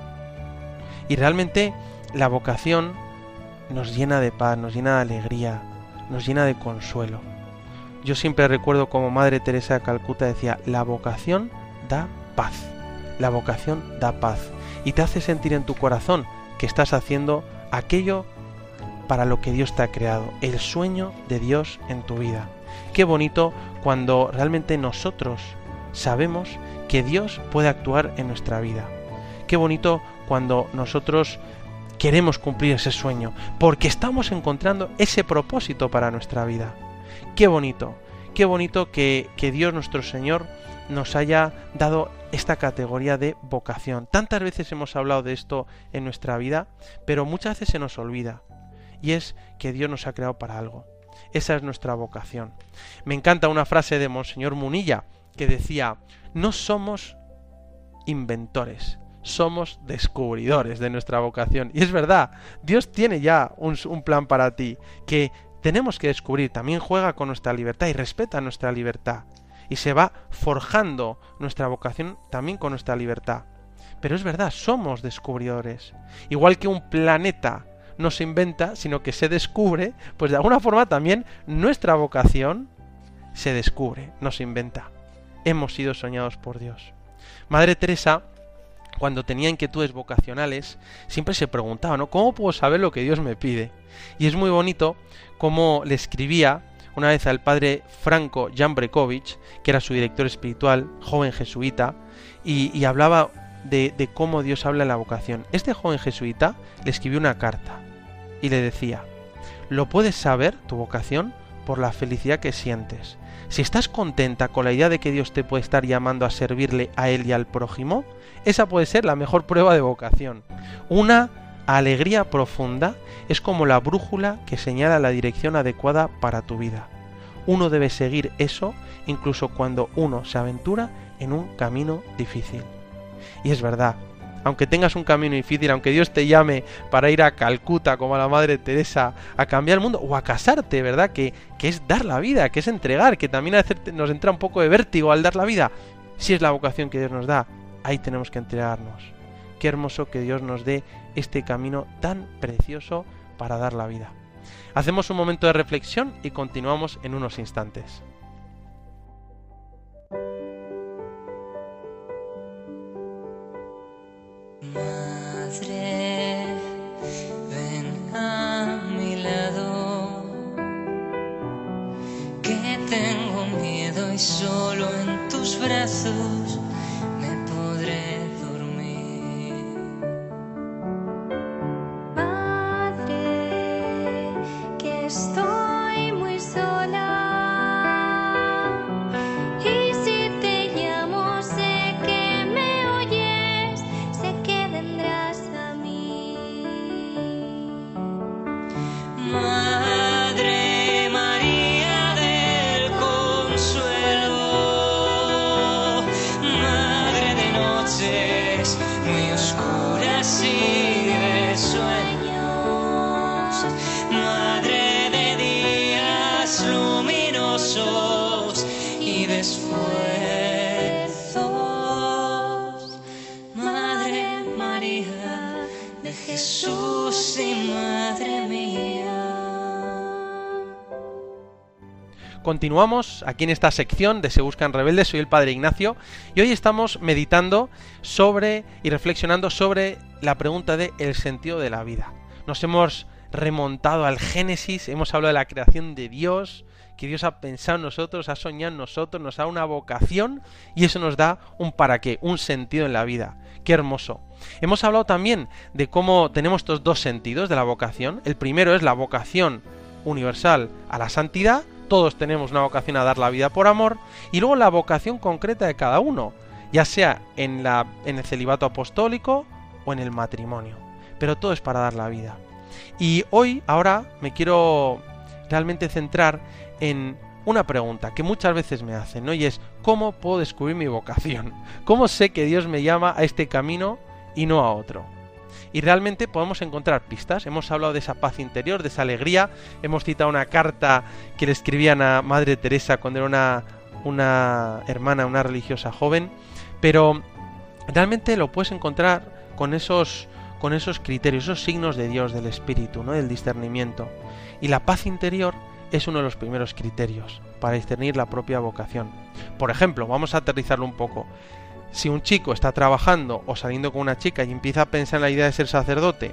Y realmente la vocación nos llena de paz, nos llena de alegría, nos llena de consuelo. Yo siempre recuerdo como Madre Teresa de Calcuta decía, la vocación da paz. La vocación da paz. Y te hace sentir en tu corazón que estás haciendo aquello para lo que Dios te ha creado, el sueño de Dios en tu vida. Qué bonito cuando realmente nosotros sabemos que Dios puede actuar en nuestra vida. Qué bonito cuando nosotros queremos cumplir ese sueño, porque estamos encontrando ese propósito para nuestra vida. Qué bonito que Dios nuestro Señor nos haya dado esta categoría de vocación. Tantas veces hemos hablado de esto en nuestra vida, pero muchas veces se nos olvida. Y es que Dios nos ha creado para algo. Esa es nuestra vocación. Me encanta una frase de Monseñor Munilla que decía, no somos inventores, somos descubridores de nuestra vocación. Y es verdad, Dios tiene ya un plan para ti, que tenemos que descubrir. También juega con nuestra libertad y respeta nuestra libertad. Y se va forjando nuestra vocación también con nuestra libertad. Pero es verdad, somos descubridores. Igual que un planeta no se inventa, sino que se descubre, pues de alguna forma también nuestra vocación se descubre, no se inventa. Hemos sido soñados por Dios. Madre Teresa, cuando tenía inquietudes vocacionales, siempre se preguntaba, ¿no? ¿Cómo puedo saber lo que Dios me pide? Y es muy bonito cómo le escribía una vez al padre Franco Jambrekovich, que era su director espiritual, joven jesuita, y hablaba de cómo Dios habla en la vocación. Este joven jesuita le escribió una carta y le decía: lo puedes saber, tu vocación, por la felicidad que sientes. Si estás contenta con la idea de que Dios te puede estar llamando a servirle a Él y al prójimo, esa puede ser la mejor prueba de vocación. Una alegría profunda es como la brújula que señala la dirección adecuada para tu vida. Uno debe seguir eso incluso cuando uno se aventura en un camino difícil. Y es verdad, aunque tengas un camino difícil, aunque Dios te llame para ir a Calcuta como a la Madre Teresa, a cambiar el mundo, o a casarte, ¿verdad? Que es dar la vida, que es entregar, que también a veces nos entra un poco de vértigo al dar la vida. Si es la vocación que Dios nos da, ahí tenemos que entregarnos. Qué hermoso que Dios nos dé este camino tan precioso para dar la vida. Hacemos un momento de reflexión y continuamos en unos instantes. Madre, ven a mi lado, que tengo miedo y solo en tus brazos me podré dormir. Madre, que estoy muy sola, y si te llamo sé que me oyes, sé que vendrás a mí. Madre María del Consuelo, Madre de noches muy oscuras y de sueños, Madre de días luminosos y de esfuerzos, Madre María de Jesús y Madre mía. Continuamos aquí en esta sección de Se Buscan Rebeldes. Soy el Padre Ignacio y hoy estamos meditando sobre y reflexionando sobre la pregunta de el sentido de la vida. Nos hemos remontado al Génesis, hemos hablado de la creación de Dios, que Dios ha pensado en nosotros, ha soñado en nosotros, nos da una vocación y eso nos da un para qué, un sentido en la vida. ¡Qué hermoso! Hemos hablado también de cómo tenemos estos dos sentidos de la vocación. El primero es la vocación universal a la santidad. Todos tenemos una vocación a dar la vida por amor, y luego la vocación concreta de cada uno, ya sea en el celibato apostólico o en el matrimonio, pero todo es para dar la vida. Y ahora me quiero realmente centrar en una pregunta que muchas veces me hacen, ¿no? Y es: ¿cómo puedo descubrir mi vocación? ¿Cómo sé que Dios me llama a este camino y no a otro? Y realmente podemos encontrar pistas. Hemos hablado de esa paz interior, de esa alegría. Hemos citado una carta que le escribían a Madre Teresa cuando era una hermana, una religiosa joven. Pero realmente lo puedes encontrar con esos criterios, esos signos de Dios, del Espíritu, ¿no? Del discernimiento. Y la paz interior es uno de los primeros criterios para discernir la propia vocación. Por ejemplo, vamos a aterrizarlo un poco. Si un chico está trabajando o saliendo con una chica y empieza a pensar en la idea de ser sacerdote,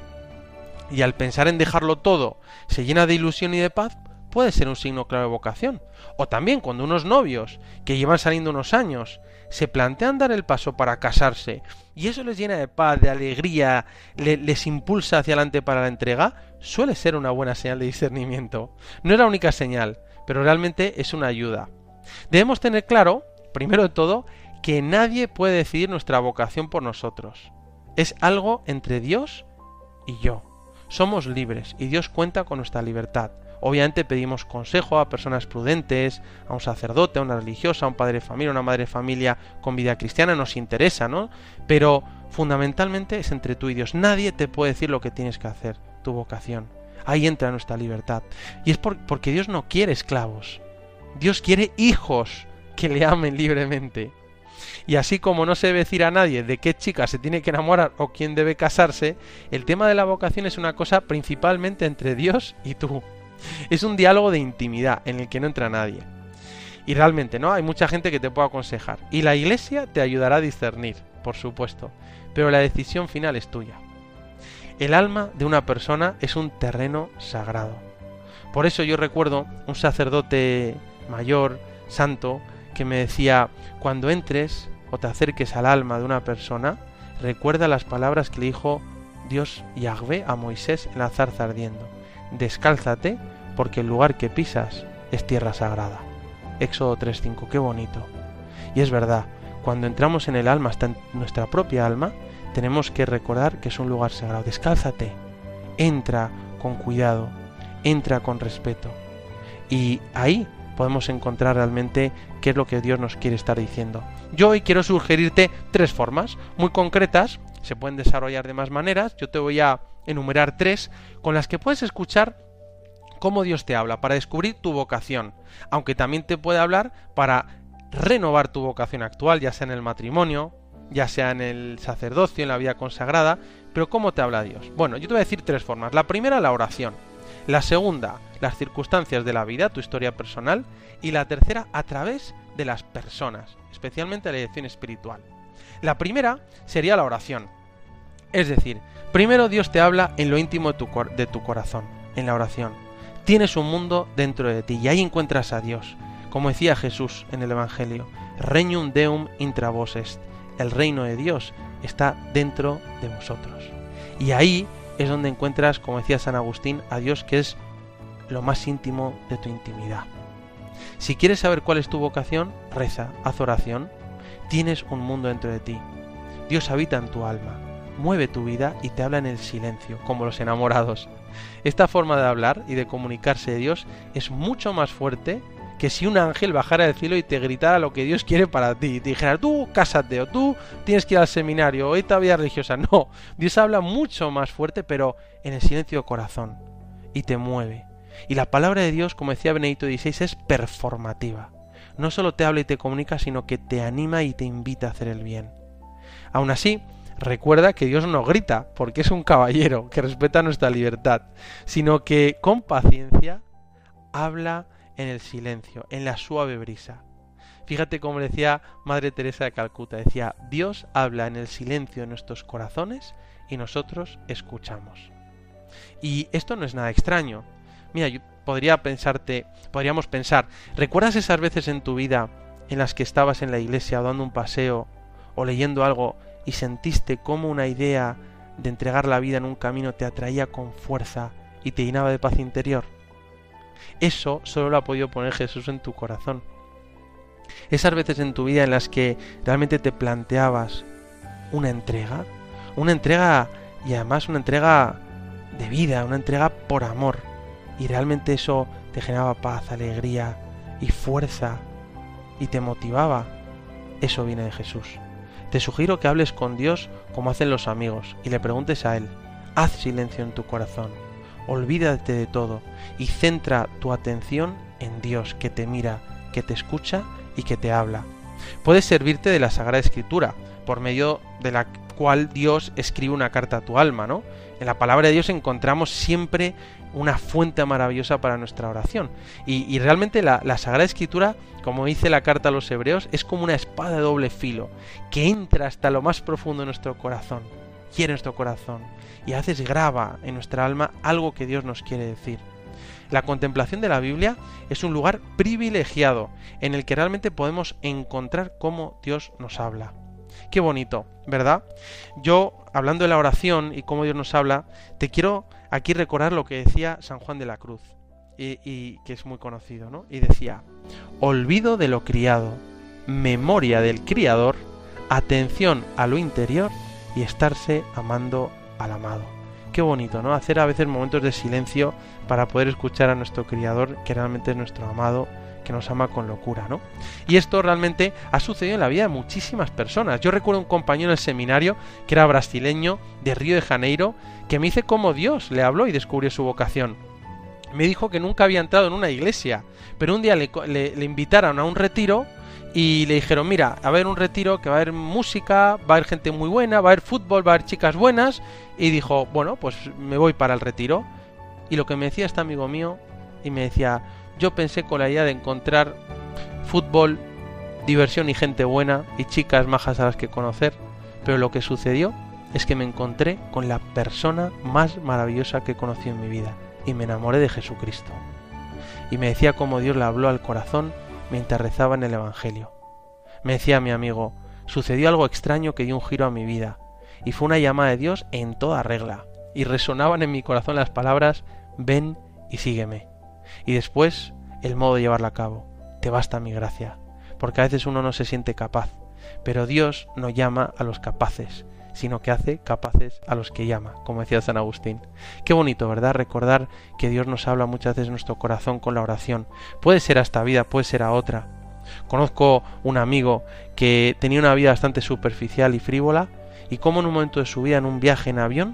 y al pensar en dejarlo todo se llena de ilusión y de paz, puede ser un signo claro de vocación. O también cuando unos novios que llevan saliendo unos años se plantean dar el paso para casarse y eso les llena de paz, de alegría, les impulsa hacia adelante para la entrega, suele ser una buena señal de discernimiento. No es la única señal, pero realmente es una ayuda. Debemos tener claro, primero de todo, que nadie puede decidir nuestra vocación por nosotros. Es algo entre Dios y yo. Somos libres y Dios cuenta con nuestra libertad. Obviamente pedimos consejo a personas prudentes, a un sacerdote, a una religiosa, a un padre de familia, a una madre de familia con vida cristiana, nos interesa, ¿no? Pero fundamentalmente es entre tú y Dios. Nadie te puede decir lo que tienes que hacer, tu vocación. Ahí entra nuestra libertad. Y es porque Dios no quiere esclavos. Dios quiere hijos que le amen libremente. Y así como no se debe decir a nadie de qué chica se tiene que enamorar o quién debe casarse, el tema de la vocación es una cosa principalmente entre Dios y tú. Es un diálogo de intimidad en el que no entra nadie. Y realmente, ¿no? Hay mucha gente que te puede aconsejar. Y la Iglesia te ayudará a discernir, por supuesto. Pero la decisión final es tuya. El alma de una persona es un terreno sagrado. Por eso yo recuerdo un sacerdote mayor, santo, que me decía: cuando entres o te acerques al alma de una persona, recuerda las palabras que le dijo Dios Yahvé a Moisés en la zarza ardiendo: descálzate, porque el lugar que pisas es tierra sagrada. Éxodo 3:5, qué bonito. Y es verdad, cuando entramos en el alma, hasta en nuestra propia alma, tenemos que recordar que es un lugar sagrado. Descálzate, entra con cuidado, entra con respeto. Y ahí podemos encontrar realmente qué es lo que Dios nos quiere estar diciendo. Yo hoy quiero sugerirte 3 formas muy concretas, se pueden desarrollar de más maneras. Yo te voy a enumerar 3 con las que puedes escuchar cómo Dios te habla para descubrir tu vocación, aunque también te puede hablar para renovar tu vocación actual, ya sea en el matrimonio, ya sea en el sacerdocio, en la vida consagrada. Pero ¿cómo te habla Dios? Bueno, yo te voy a decir 3 formas. La primera, la oración. La segunda, las circunstancias de la vida, tu historia personal. Y la tercera, a través de las personas, especialmente la dirección espiritual. La primera sería la oración. Es decir, primero Dios te habla en lo íntimo de tu corazón, en la oración. Tienes un mundo dentro de ti y ahí encuentras a Dios. Como decía Jesús en el Evangelio: Regnum Deum intra vos est. El reino de Dios está dentro de vosotros. Y ahí es donde encuentras, como decía San Agustín, a Dios, que es lo más íntimo de tu intimidad. Si quieres saber cuál es tu vocación, reza, haz oración. Tienes un mundo dentro de ti. Dios habita en tu alma, mueve tu vida y te habla en el silencio, como los enamorados. Esta forma de hablar y de comunicarse de Dios es mucho más fuerte que si un ángel bajara del cielo y te gritara lo que Dios quiere para ti, y te dijera: tú cásate, o tú tienes que ir al seminario, o esta vida religiosa. No, Dios habla mucho más fuerte, pero en el silencio de corazón, y te mueve. Y la palabra de Dios, como decía Benedicto XVI, es performativa. No solo te habla y te comunica, sino que te anima y te invita a hacer el bien. Aún así, recuerda que Dios no grita, porque es un caballero que respeta nuestra libertad, sino que con paciencia habla en el silencio, en la suave brisa. Fíjate cómo decía Madre Teresa de Calcuta, decía: Dios habla en el silencio de nuestros corazones y nosotros escuchamos. Y esto no es nada extraño. Mira, podríamos pensar, ¿recuerdas esas veces en tu vida en las que estabas en la iglesia o dando un paseo o leyendo algo y sentiste cómo una idea de entregar la vida en un camino te atraía con fuerza y te llenaba de paz interior? Eso solo lo ha podido poner Jesús en tu corazón. Esas veces en tu vida en las que realmente te planteabas una entrega y además una entrega de vida, una entrega por amor, y realmente eso te generaba paz, alegría y fuerza y te motivaba. Eso viene de Jesús. Te sugiero que hables con Dios como hacen los amigos y le preguntes a Él. Haz silencio en tu corazón, olvídate de todo y centra tu atención en Dios, que te mira, que te escucha y que te habla. Puedes servirte de la Sagrada Escritura, por medio de la cual Dios escribe una carta a tu alma, ¿no? En la palabra de Dios encontramos siempre una fuente maravillosa para nuestra oración. Y realmente la Sagrada Escritura, como dice la carta a los Hebreos, es como una espada de doble filo, que entra hasta lo más profundo de nuestro corazón, hiere nuestro corazón, y a veces graba en nuestra alma algo que Dios nos quiere decir. La contemplación de la Biblia es un lugar privilegiado en el que realmente podemos encontrar cómo Dios nos habla. Qué bonito, ¿verdad? Yo, hablando de la oración y cómo Dios nos habla, te quiero aquí recordar lo que decía San Juan de la Cruz, y que es muy conocido, ¿no? Y decía: olvido de lo criado, memoria del Criador, atención a lo interior y estarse amando al amado. Qué bonito, ¿no? Hacer a veces momentos de silencio para poder escuchar a nuestro Criador, que realmente es nuestro amado, que nos ama con locura, ¿no? Y esto realmente ha sucedido en la vida de muchísimas personas. Yo recuerdo un compañero del seminario que era brasileño, de Río de Janeiro, que me dice cómo Dios le habló y descubrió su vocación. Me dijo que nunca había entrado en una iglesia, pero un día le invitaron a un retiro y le dijeron, mira, va a haber un retiro que va a haber música, va a haber gente muy buena, va a haber fútbol, va a haber chicas buenas, y dijo, bueno, pues me voy para el retiro. Y lo que me decía este amigo mío, y me decía, yo pensé con la idea de encontrar fútbol, diversión y gente buena y chicas majas a las que conocer, pero lo que sucedió es que me encontré con la persona más maravillosa que he conocido en mi vida y me enamoré de Jesucristo. Y me decía cómo Dios le habló al corazón mientras rezaba en el Evangelio. Me decía mi amigo, sucedió algo extraño que dio un giro a mi vida y fue una llamada de Dios en toda regla y resonaban en mi corazón las palabras, ven y sígueme. Y después, el modo de llevarla a cabo. Te basta mi gracia. Porque a veces uno no se siente capaz. Pero Dios no llama a los capaces, sino que hace capaces a los que llama, como decía San Agustín. Qué bonito, ¿verdad? Recordar que Dios nos habla muchas veces en nuestro corazón con la oración. Puede ser a esta vida, puede ser a otra. Conozco un amigo que tenía una vida bastante superficial y frívola, y cómo en un momento de su vida, en un viaje en avión,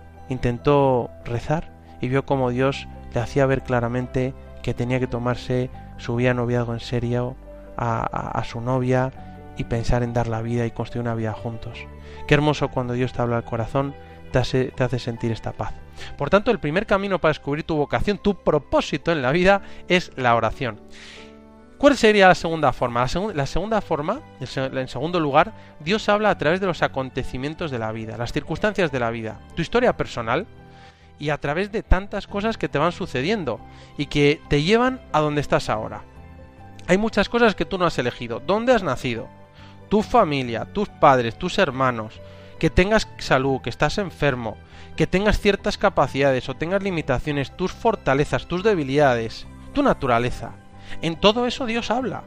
intentó rezar y vio cómo Dios le hacía ver claramente que tenía que tomarse su vida de noviazgo en serio a su novia y pensar en dar la vida y construir una vida juntos. Qué hermoso cuando Dios te habla al corazón, te hace sentir esta paz. Por tanto, el primer camino para descubrir tu vocación, tu propósito en la vida, es la oración. ¿Cuál sería la segunda forma? La segunda forma, en segundo lugar, Dios habla a través de los acontecimientos de la vida, las circunstancias de la vida, tu historia personal, y a través de tantas cosas que te van sucediendo y que te llevan a donde estás ahora. Hay muchas cosas que tú no has elegido. ¿Dónde has nacido? Tu familia, tus padres, tus hermanos, que tengas salud, que estás enfermo, que tengas ciertas capacidades o tengas limitaciones, tus fortalezas, tus debilidades, tu naturaleza. En todo eso Dios habla.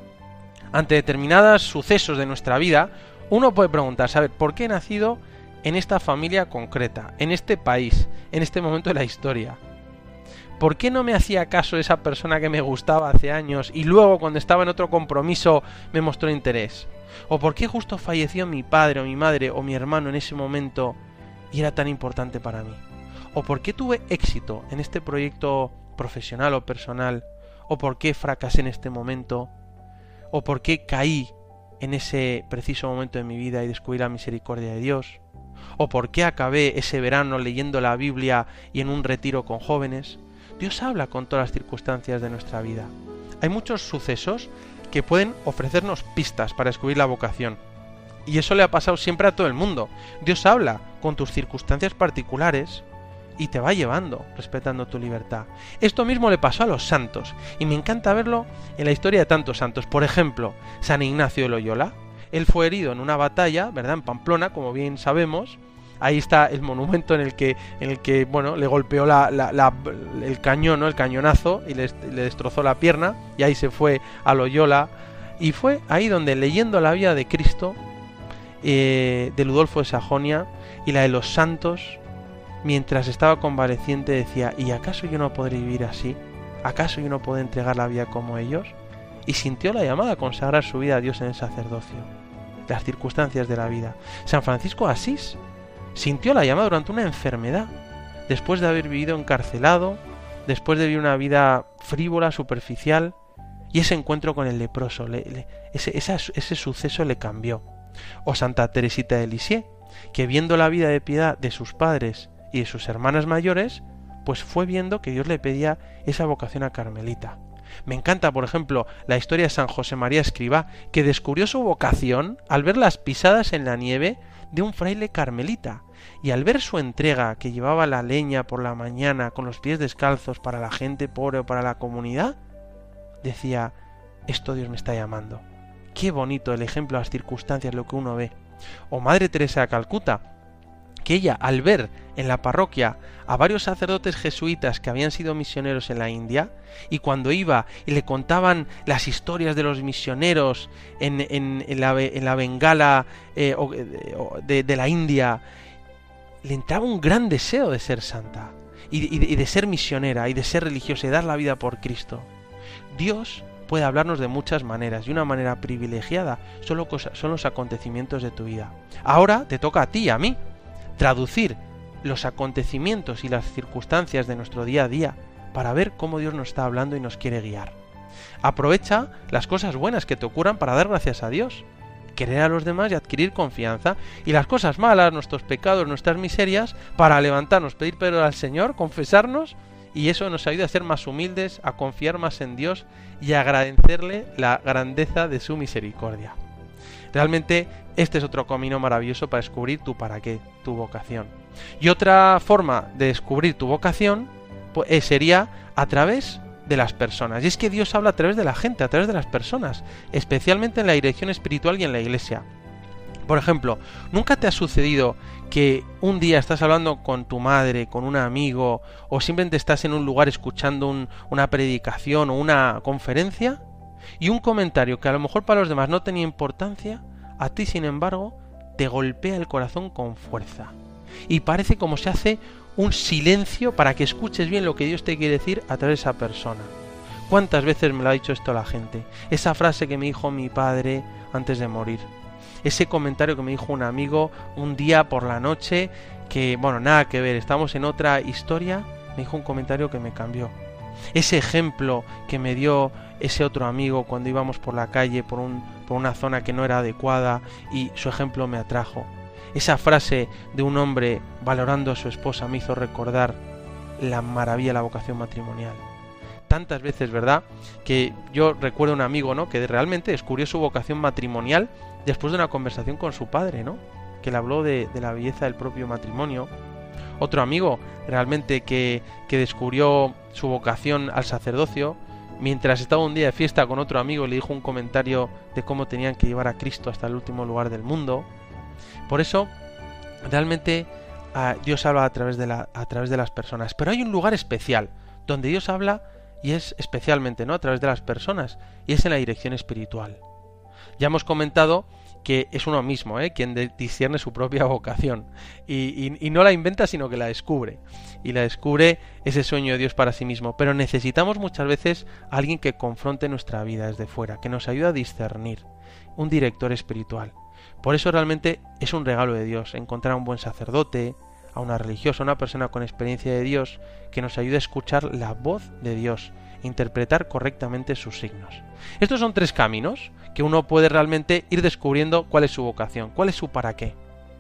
Ante determinados sucesos de nuestra vida, uno puede preguntarse, a ver, ¿por qué he nacido en esta familia concreta, en este país, en este momento de la historia? ¿Por qué no me hacía caso esa persona que me gustaba hace años y luego cuando estaba en otro compromiso me mostró interés? ¿O por qué justo falleció mi padre o mi madre o mi hermano en ese momento y era tan importante para mí? ¿O por qué tuve éxito en este proyecto profesional o personal? ¿O por qué fracasé en este momento? ¿O por qué caí en ese preciso momento de mi vida y descubrí la misericordia de Dios? ¿O por qué acabé ese verano leyendo la Biblia y en un retiro con jóvenes? Dios habla con todas las circunstancias de nuestra vida. Hay muchos sucesos que pueden ofrecernos pistas para descubrir la vocación. Y eso le ha pasado siempre a todo el mundo. Dios habla con tus circunstancias particulares y te va llevando, respetando tu libertad. Esto mismo le pasó a los santos, y me encanta verlo en la historia de tantos santos. Por ejemplo, San Ignacio de Loyola. Él fue herido en una batalla, ¿verdad?, en Pamplona, como bien sabemos. Ahí está el monumento en el que bueno, le golpeó el cañón, ¿no?, el cañonazo, y le destrozó la pierna, y ahí se fue a Loyola. Y fue ahí donde, leyendo la vida de Cristo, de Ludolfo de Sajonia, y la de los santos, mientras estaba convaleciente decía, ¿y acaso yo no podré vivir así? ¿Acaso yo no puedo entregar la vida como ellos? Y sintió la llamada a consagrar su vida a Dios en el sacerdocio, las circunstancias de la vida. San Francisco de Asís sintió la llamada durante una enfermedad, después de haber vivido encarcelado, después de vivir una vida frívola, superficial, y ese encuentro con el leproso, ese suceso le cambió. O Santa Teresita de Lisieux, que viendo la vida de piedad de sus padres y de sus hermanas mayores, pues fue viendo que Dios le pedía esa vocación a carmelita. Me encanta, por ejemplo, la historia de San José María Escrivá, que descubrió su vocación al ver las pisadas en la nieve de un fraile carmelita, y al ver su entrega, que llevaba la leña por la mañana con los pies descalzos para la gente pobre o para la comunidad, decía, esto Dios me está llamando. Qué bonito el ejemplo, las circunstancias, lo que uno ve. O Madre Teresa de Calcuta, que ella, al ver en la parroquia a varios sacerdotes jesuitas que habían sido misioneros en la India, y cuando iba y le contaban las historias de los misioneros en la Bengala de la India, le entraba un gran deseo de ser santa, y de ser misionera, y de ser religiosa, y dar la vida por Cristo. Dios puede hablarnos de muchas maneras, y una manera privilegiada son los acontecimientos de tu vida. Ahora te toca a ti y a mí traducir los acontecimientos y las circunstancias de nuestro día a día para ver cómo Dios nos está hablando y nos quiere guiar. Aprovecha las cosas buenas que te ocurran para dar gracias a Dios, querer a los demás y adquirir confianza, y las cosas malas, nuestros pecados, nuestras miserias, para levantarnos, pedir perdón al Señor, confesarnos, y eso nos ayuda a ser más humildes, a confiar más en Dios y a agradecerle la grandeza de su misericordia. Realmente este es otro camino maravilloso para descubrir tu para qué, tu vocación. Y otra forma de descubrir tu vocación sería a través de las personas. Y es que Dios habla a través de la gente, a través de las personas, especialmente en la dirección espiritual y en la iglesia. Por ejemplo, ¿nunca te ha sucedido que un día estás hablando con tu madre, con un amigo, o simplemente estás en un lugar escuchando una predicación o una conferencia, y un comentario que a lo mejor para los demás no tenía importancia, a ti sin embargo te golpea el corazón con fuerza? Y parece como se hace un silencio para que escuches bien lo que Dios te quiere decir a través de esa persona. ¿Cuántas veces me lo ha dicho esto la gente? Esa frase que me dijo mi padre antes de morir. Ese comentario que me dijo un amigo un día por la noche, que, bueno, nada que ver, estamos en otra historia, me dijo un comentario que me cambió. Ese ejemplo que me dio ese otro amigo cuando íbamos por la calle, por una zona que no era adecuada, y su ejemplo me atrajo. Esa frase de un hombre valorando a su esposa me hizo recordar la maravilla de la vocación matrimonial. Tantas veces, ¿verdad?, que yo recuerdo a un amigo, ¿no?, que realmente descubrió su vocación matrimonial después de una conversación con su padre, ¿no?, que le habló de la belleza del propio matrimonio. Otro amigo realmente que descubrió su vocación al sacerdocio mientras estaba un día de fiesta con otro amigo y le dijo un comentario de cómo tenían que llevar a Cristo hasta el último lugar del mundo. Por eso, realmente Dios habla a través de las personas. Pero hay un lugar especial donde Dios habla, y es especialmente, ¿no?, a través de las personas, y es en la dirección espiritual. Ya hemos comentado que es uno mismo, quien discierne su propia vocación, y no la inventa, sino que la descubre, y la descubre ese sueño de Dios para sí mismo. Pero necesitamos muchas veces a alguien que confronte nuestra vida desde fuera, que nos ayude a discernir, un director espiritual. Por eso realmente es un regalo de Dios encontrar a un buen sacerdote, a una religiosa, una persona con experiencia de Dios, que nos ayude a escuchar la voz de Dios, interpretar correctamente sus signos. Estos son 3 caminos que uno puede realmente ir descubriendo cuál es su vocación, cuál es su para qué.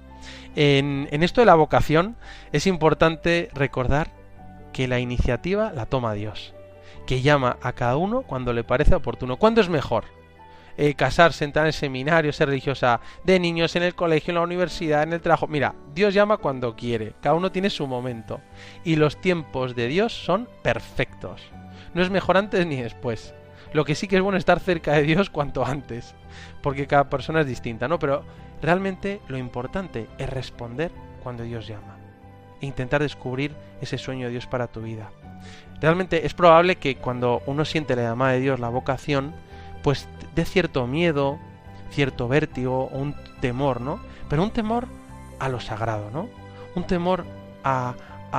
En esto de la vocación es importante recordar que la iniciativa la toma Dios, que llama a cada uno cuando le parece oportuno. ¿Cuándo es mejor? Casarse, entrar en el seminario, ser religiosa de niños, en el colegio, en la universidad, en el trabajo. Mira, Dios llama cuando quiere, cada uno tiene su momento, y los tiempos de Dios son perfectos. No es mejor antes ni después. Lo que sí que es bueno estar cerca de Dios cuanto antes, porque cada persona es distinta, ¿no? Pero realmente lo importante es responder cuando Dios llama e intentar descubrir ese sueño de Dios para tu vida. Realmente es probable que cuando uno siente la llamada de Dios, la vocación, pues dé cierto miedo, cierto vértigo o un temor, ¿no? Pero un temor a lo sagrado, ¿no? Un temor a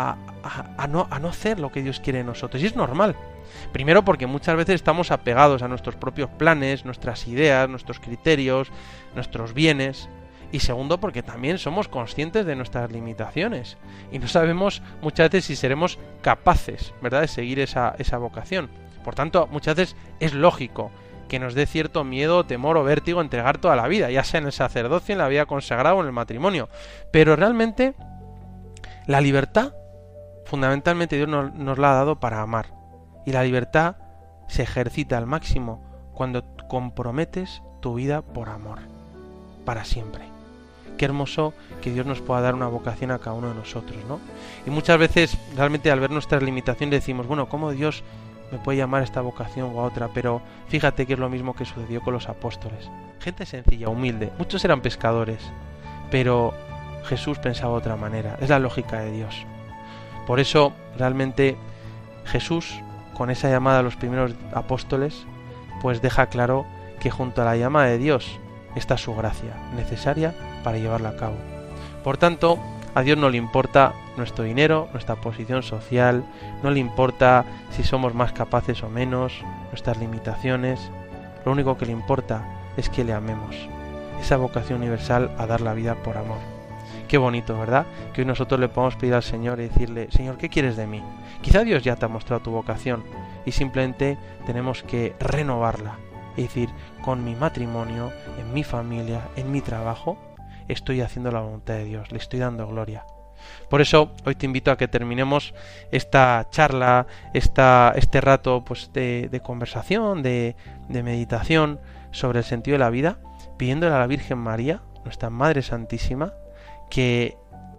no hacer lo que Dios quiere de nosotros. Y es normal. Primero porque muchas veces estamos apegados a nuestros propios planes, nuestras ideas, nuestros criterios, nuestros bienes. Y segundo porque también somos conscientes de nuestras limitaciones. Y no sabemos muchas veces si seremos capaces, ¿verdad?, de seguir esa vocación. Por tanto, muchas veces es lógico que nos dé cierto miedo, temor o vértigo entregar toda la vida, ya sea en el sacerdocio, en la vida consagrada o en el matrimonio. Pero realmente la libertad, fundamentalmente Dios nos la ha dado para amar. Y la libertad se ejercita al máximo cuando comprometes tu vida por amor, para siempre. Qué hermoso que Dios nos pueda dar una vocación a cada uno de nosotros, ¿no? Y muchas veces realmente al ver nuestras limitaciones decimos, bueno, ¿cómo Dios me puede llamar a esta vocación o a otra? Pero fíjate que es lo mismo que sucedió con los apóstoles. Gente sencilla, humilde. Muchos eran pescadores, pero Jesús pensaba de otra manera. Es la lógica de Dios. Por eso, realmente, Jesús, con esa llamada a los primeros apóstoles, pues deja claro que junto a la llamada de Dios está su gracia, necesaria para llevarla a cabo. Por tanto, A Dios no le importa nuestro dinero, nuestra posición social, no le importa si somos más capaces o menos, nuestras limitaciones. Lo único que le importa es que le amemos. Esa vocación universal a dar la vida por amor. Qué bonito, ¿verdad? Que hoy nosotros le podamos pedir al Señor y decirle: Señor, ¿qué quieres de mí? Quizá Dios ya te ha mostrado tu vocación y simplemente tenemos que renovarla. Es decir, con mi matrimonio, en mi familia, en mi trabajo, estoy haciendo la voluntad de Dios, le estoy dando gloria. Por eso hoy te invito a que terminemos esta charla, este rato pues, de conversación, de meditación sobre el sentido de la vida, pidiéndole a la Virgen María, nuestra Madre Santísima, que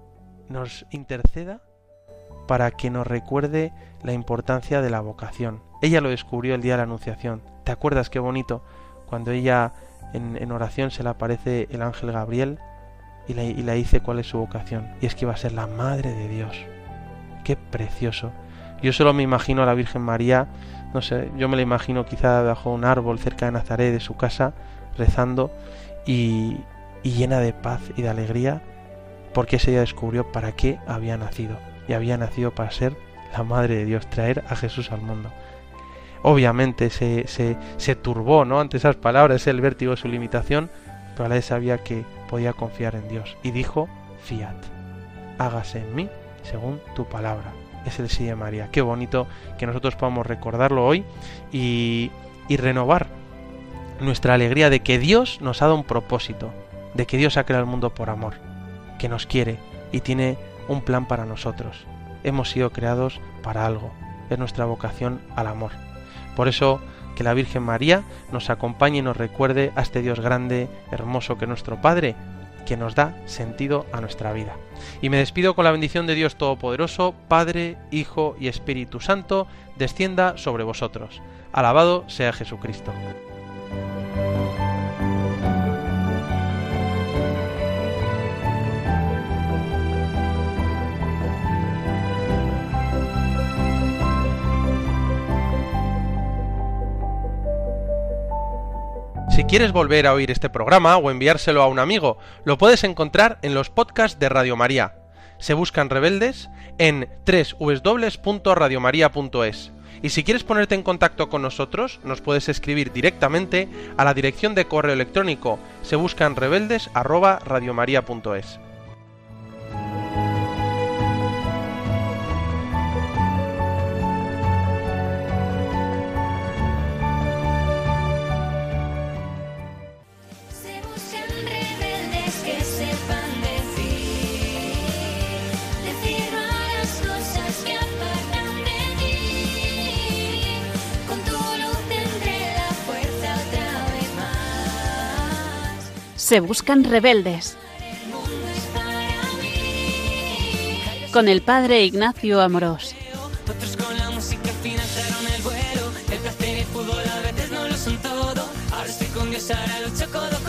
nos interceda para que nos recuerde la importancia de la vocación. Ella lo descubrió el día de la Anunciación. ¿Te acuerdas qué bonito? Cuando ella en oración se le aparece el ángel Gabriel y le dice cuál es su vocación. Y es que iba a ser la Madre de Dios. ¡Qué precioso! Yo solo me imagino a la Virgen María, no sé, yo me la imagino quizá bajo un árbol cerca de Nazaret, de su casa, rezando y llena de paz y de alegría, porque ese día descubrió para qué había nacido. Y había nacido para ser la Madre de Dios, traer a Jesús al mundo. Obviamente se turbó, ¿no?, ante esas palabras, el vértigo de su limitación, pero a la vez sabía que podía confiar en Dios. Y dijo: fiat, hágase en mí según tu palabra. Es el sí de María. Qué bonito que nosotros podamos recordarlo hoy y renovar nuestra alegría de que Dios nos ha dado un propósito, de que Dios ha creado el mundo por amor, que nos quiere y tiene un plan para nosotros. Hemos sido creados para algo. Es nuestra vocación al amor. Por eso, que la Virgen María nos acompañe y nos recuerde a este Dios grande, hermoso, que es nuestro Padre, que nos da sentido a nuestra vida. Y me despido con la bendición de Dios Todopoderoso, Padre, Hijo y Espíritu Santo, descienda sobre vosotros. Alabado sea Jesucristo. Si quieres volver a oír este programa o enviárselo a un amigo, lo puedes encontrar en los podcasts de Radio María. Se buscan rebeldes en www.radiomaria.es. Y si quieres ponerte en contacto con nosotros, nos puedes escribir directamente a la dirección de correo electrónico sebuscanrebeldes@radiomaria.es. Se buscan rebeldes. Con el padre Ignacio Amorós. Otros con la música financiaron el vuelo. El placer y el fútbol a veces no lo son todo. Ahora estoy con Dios, ahora lucho codo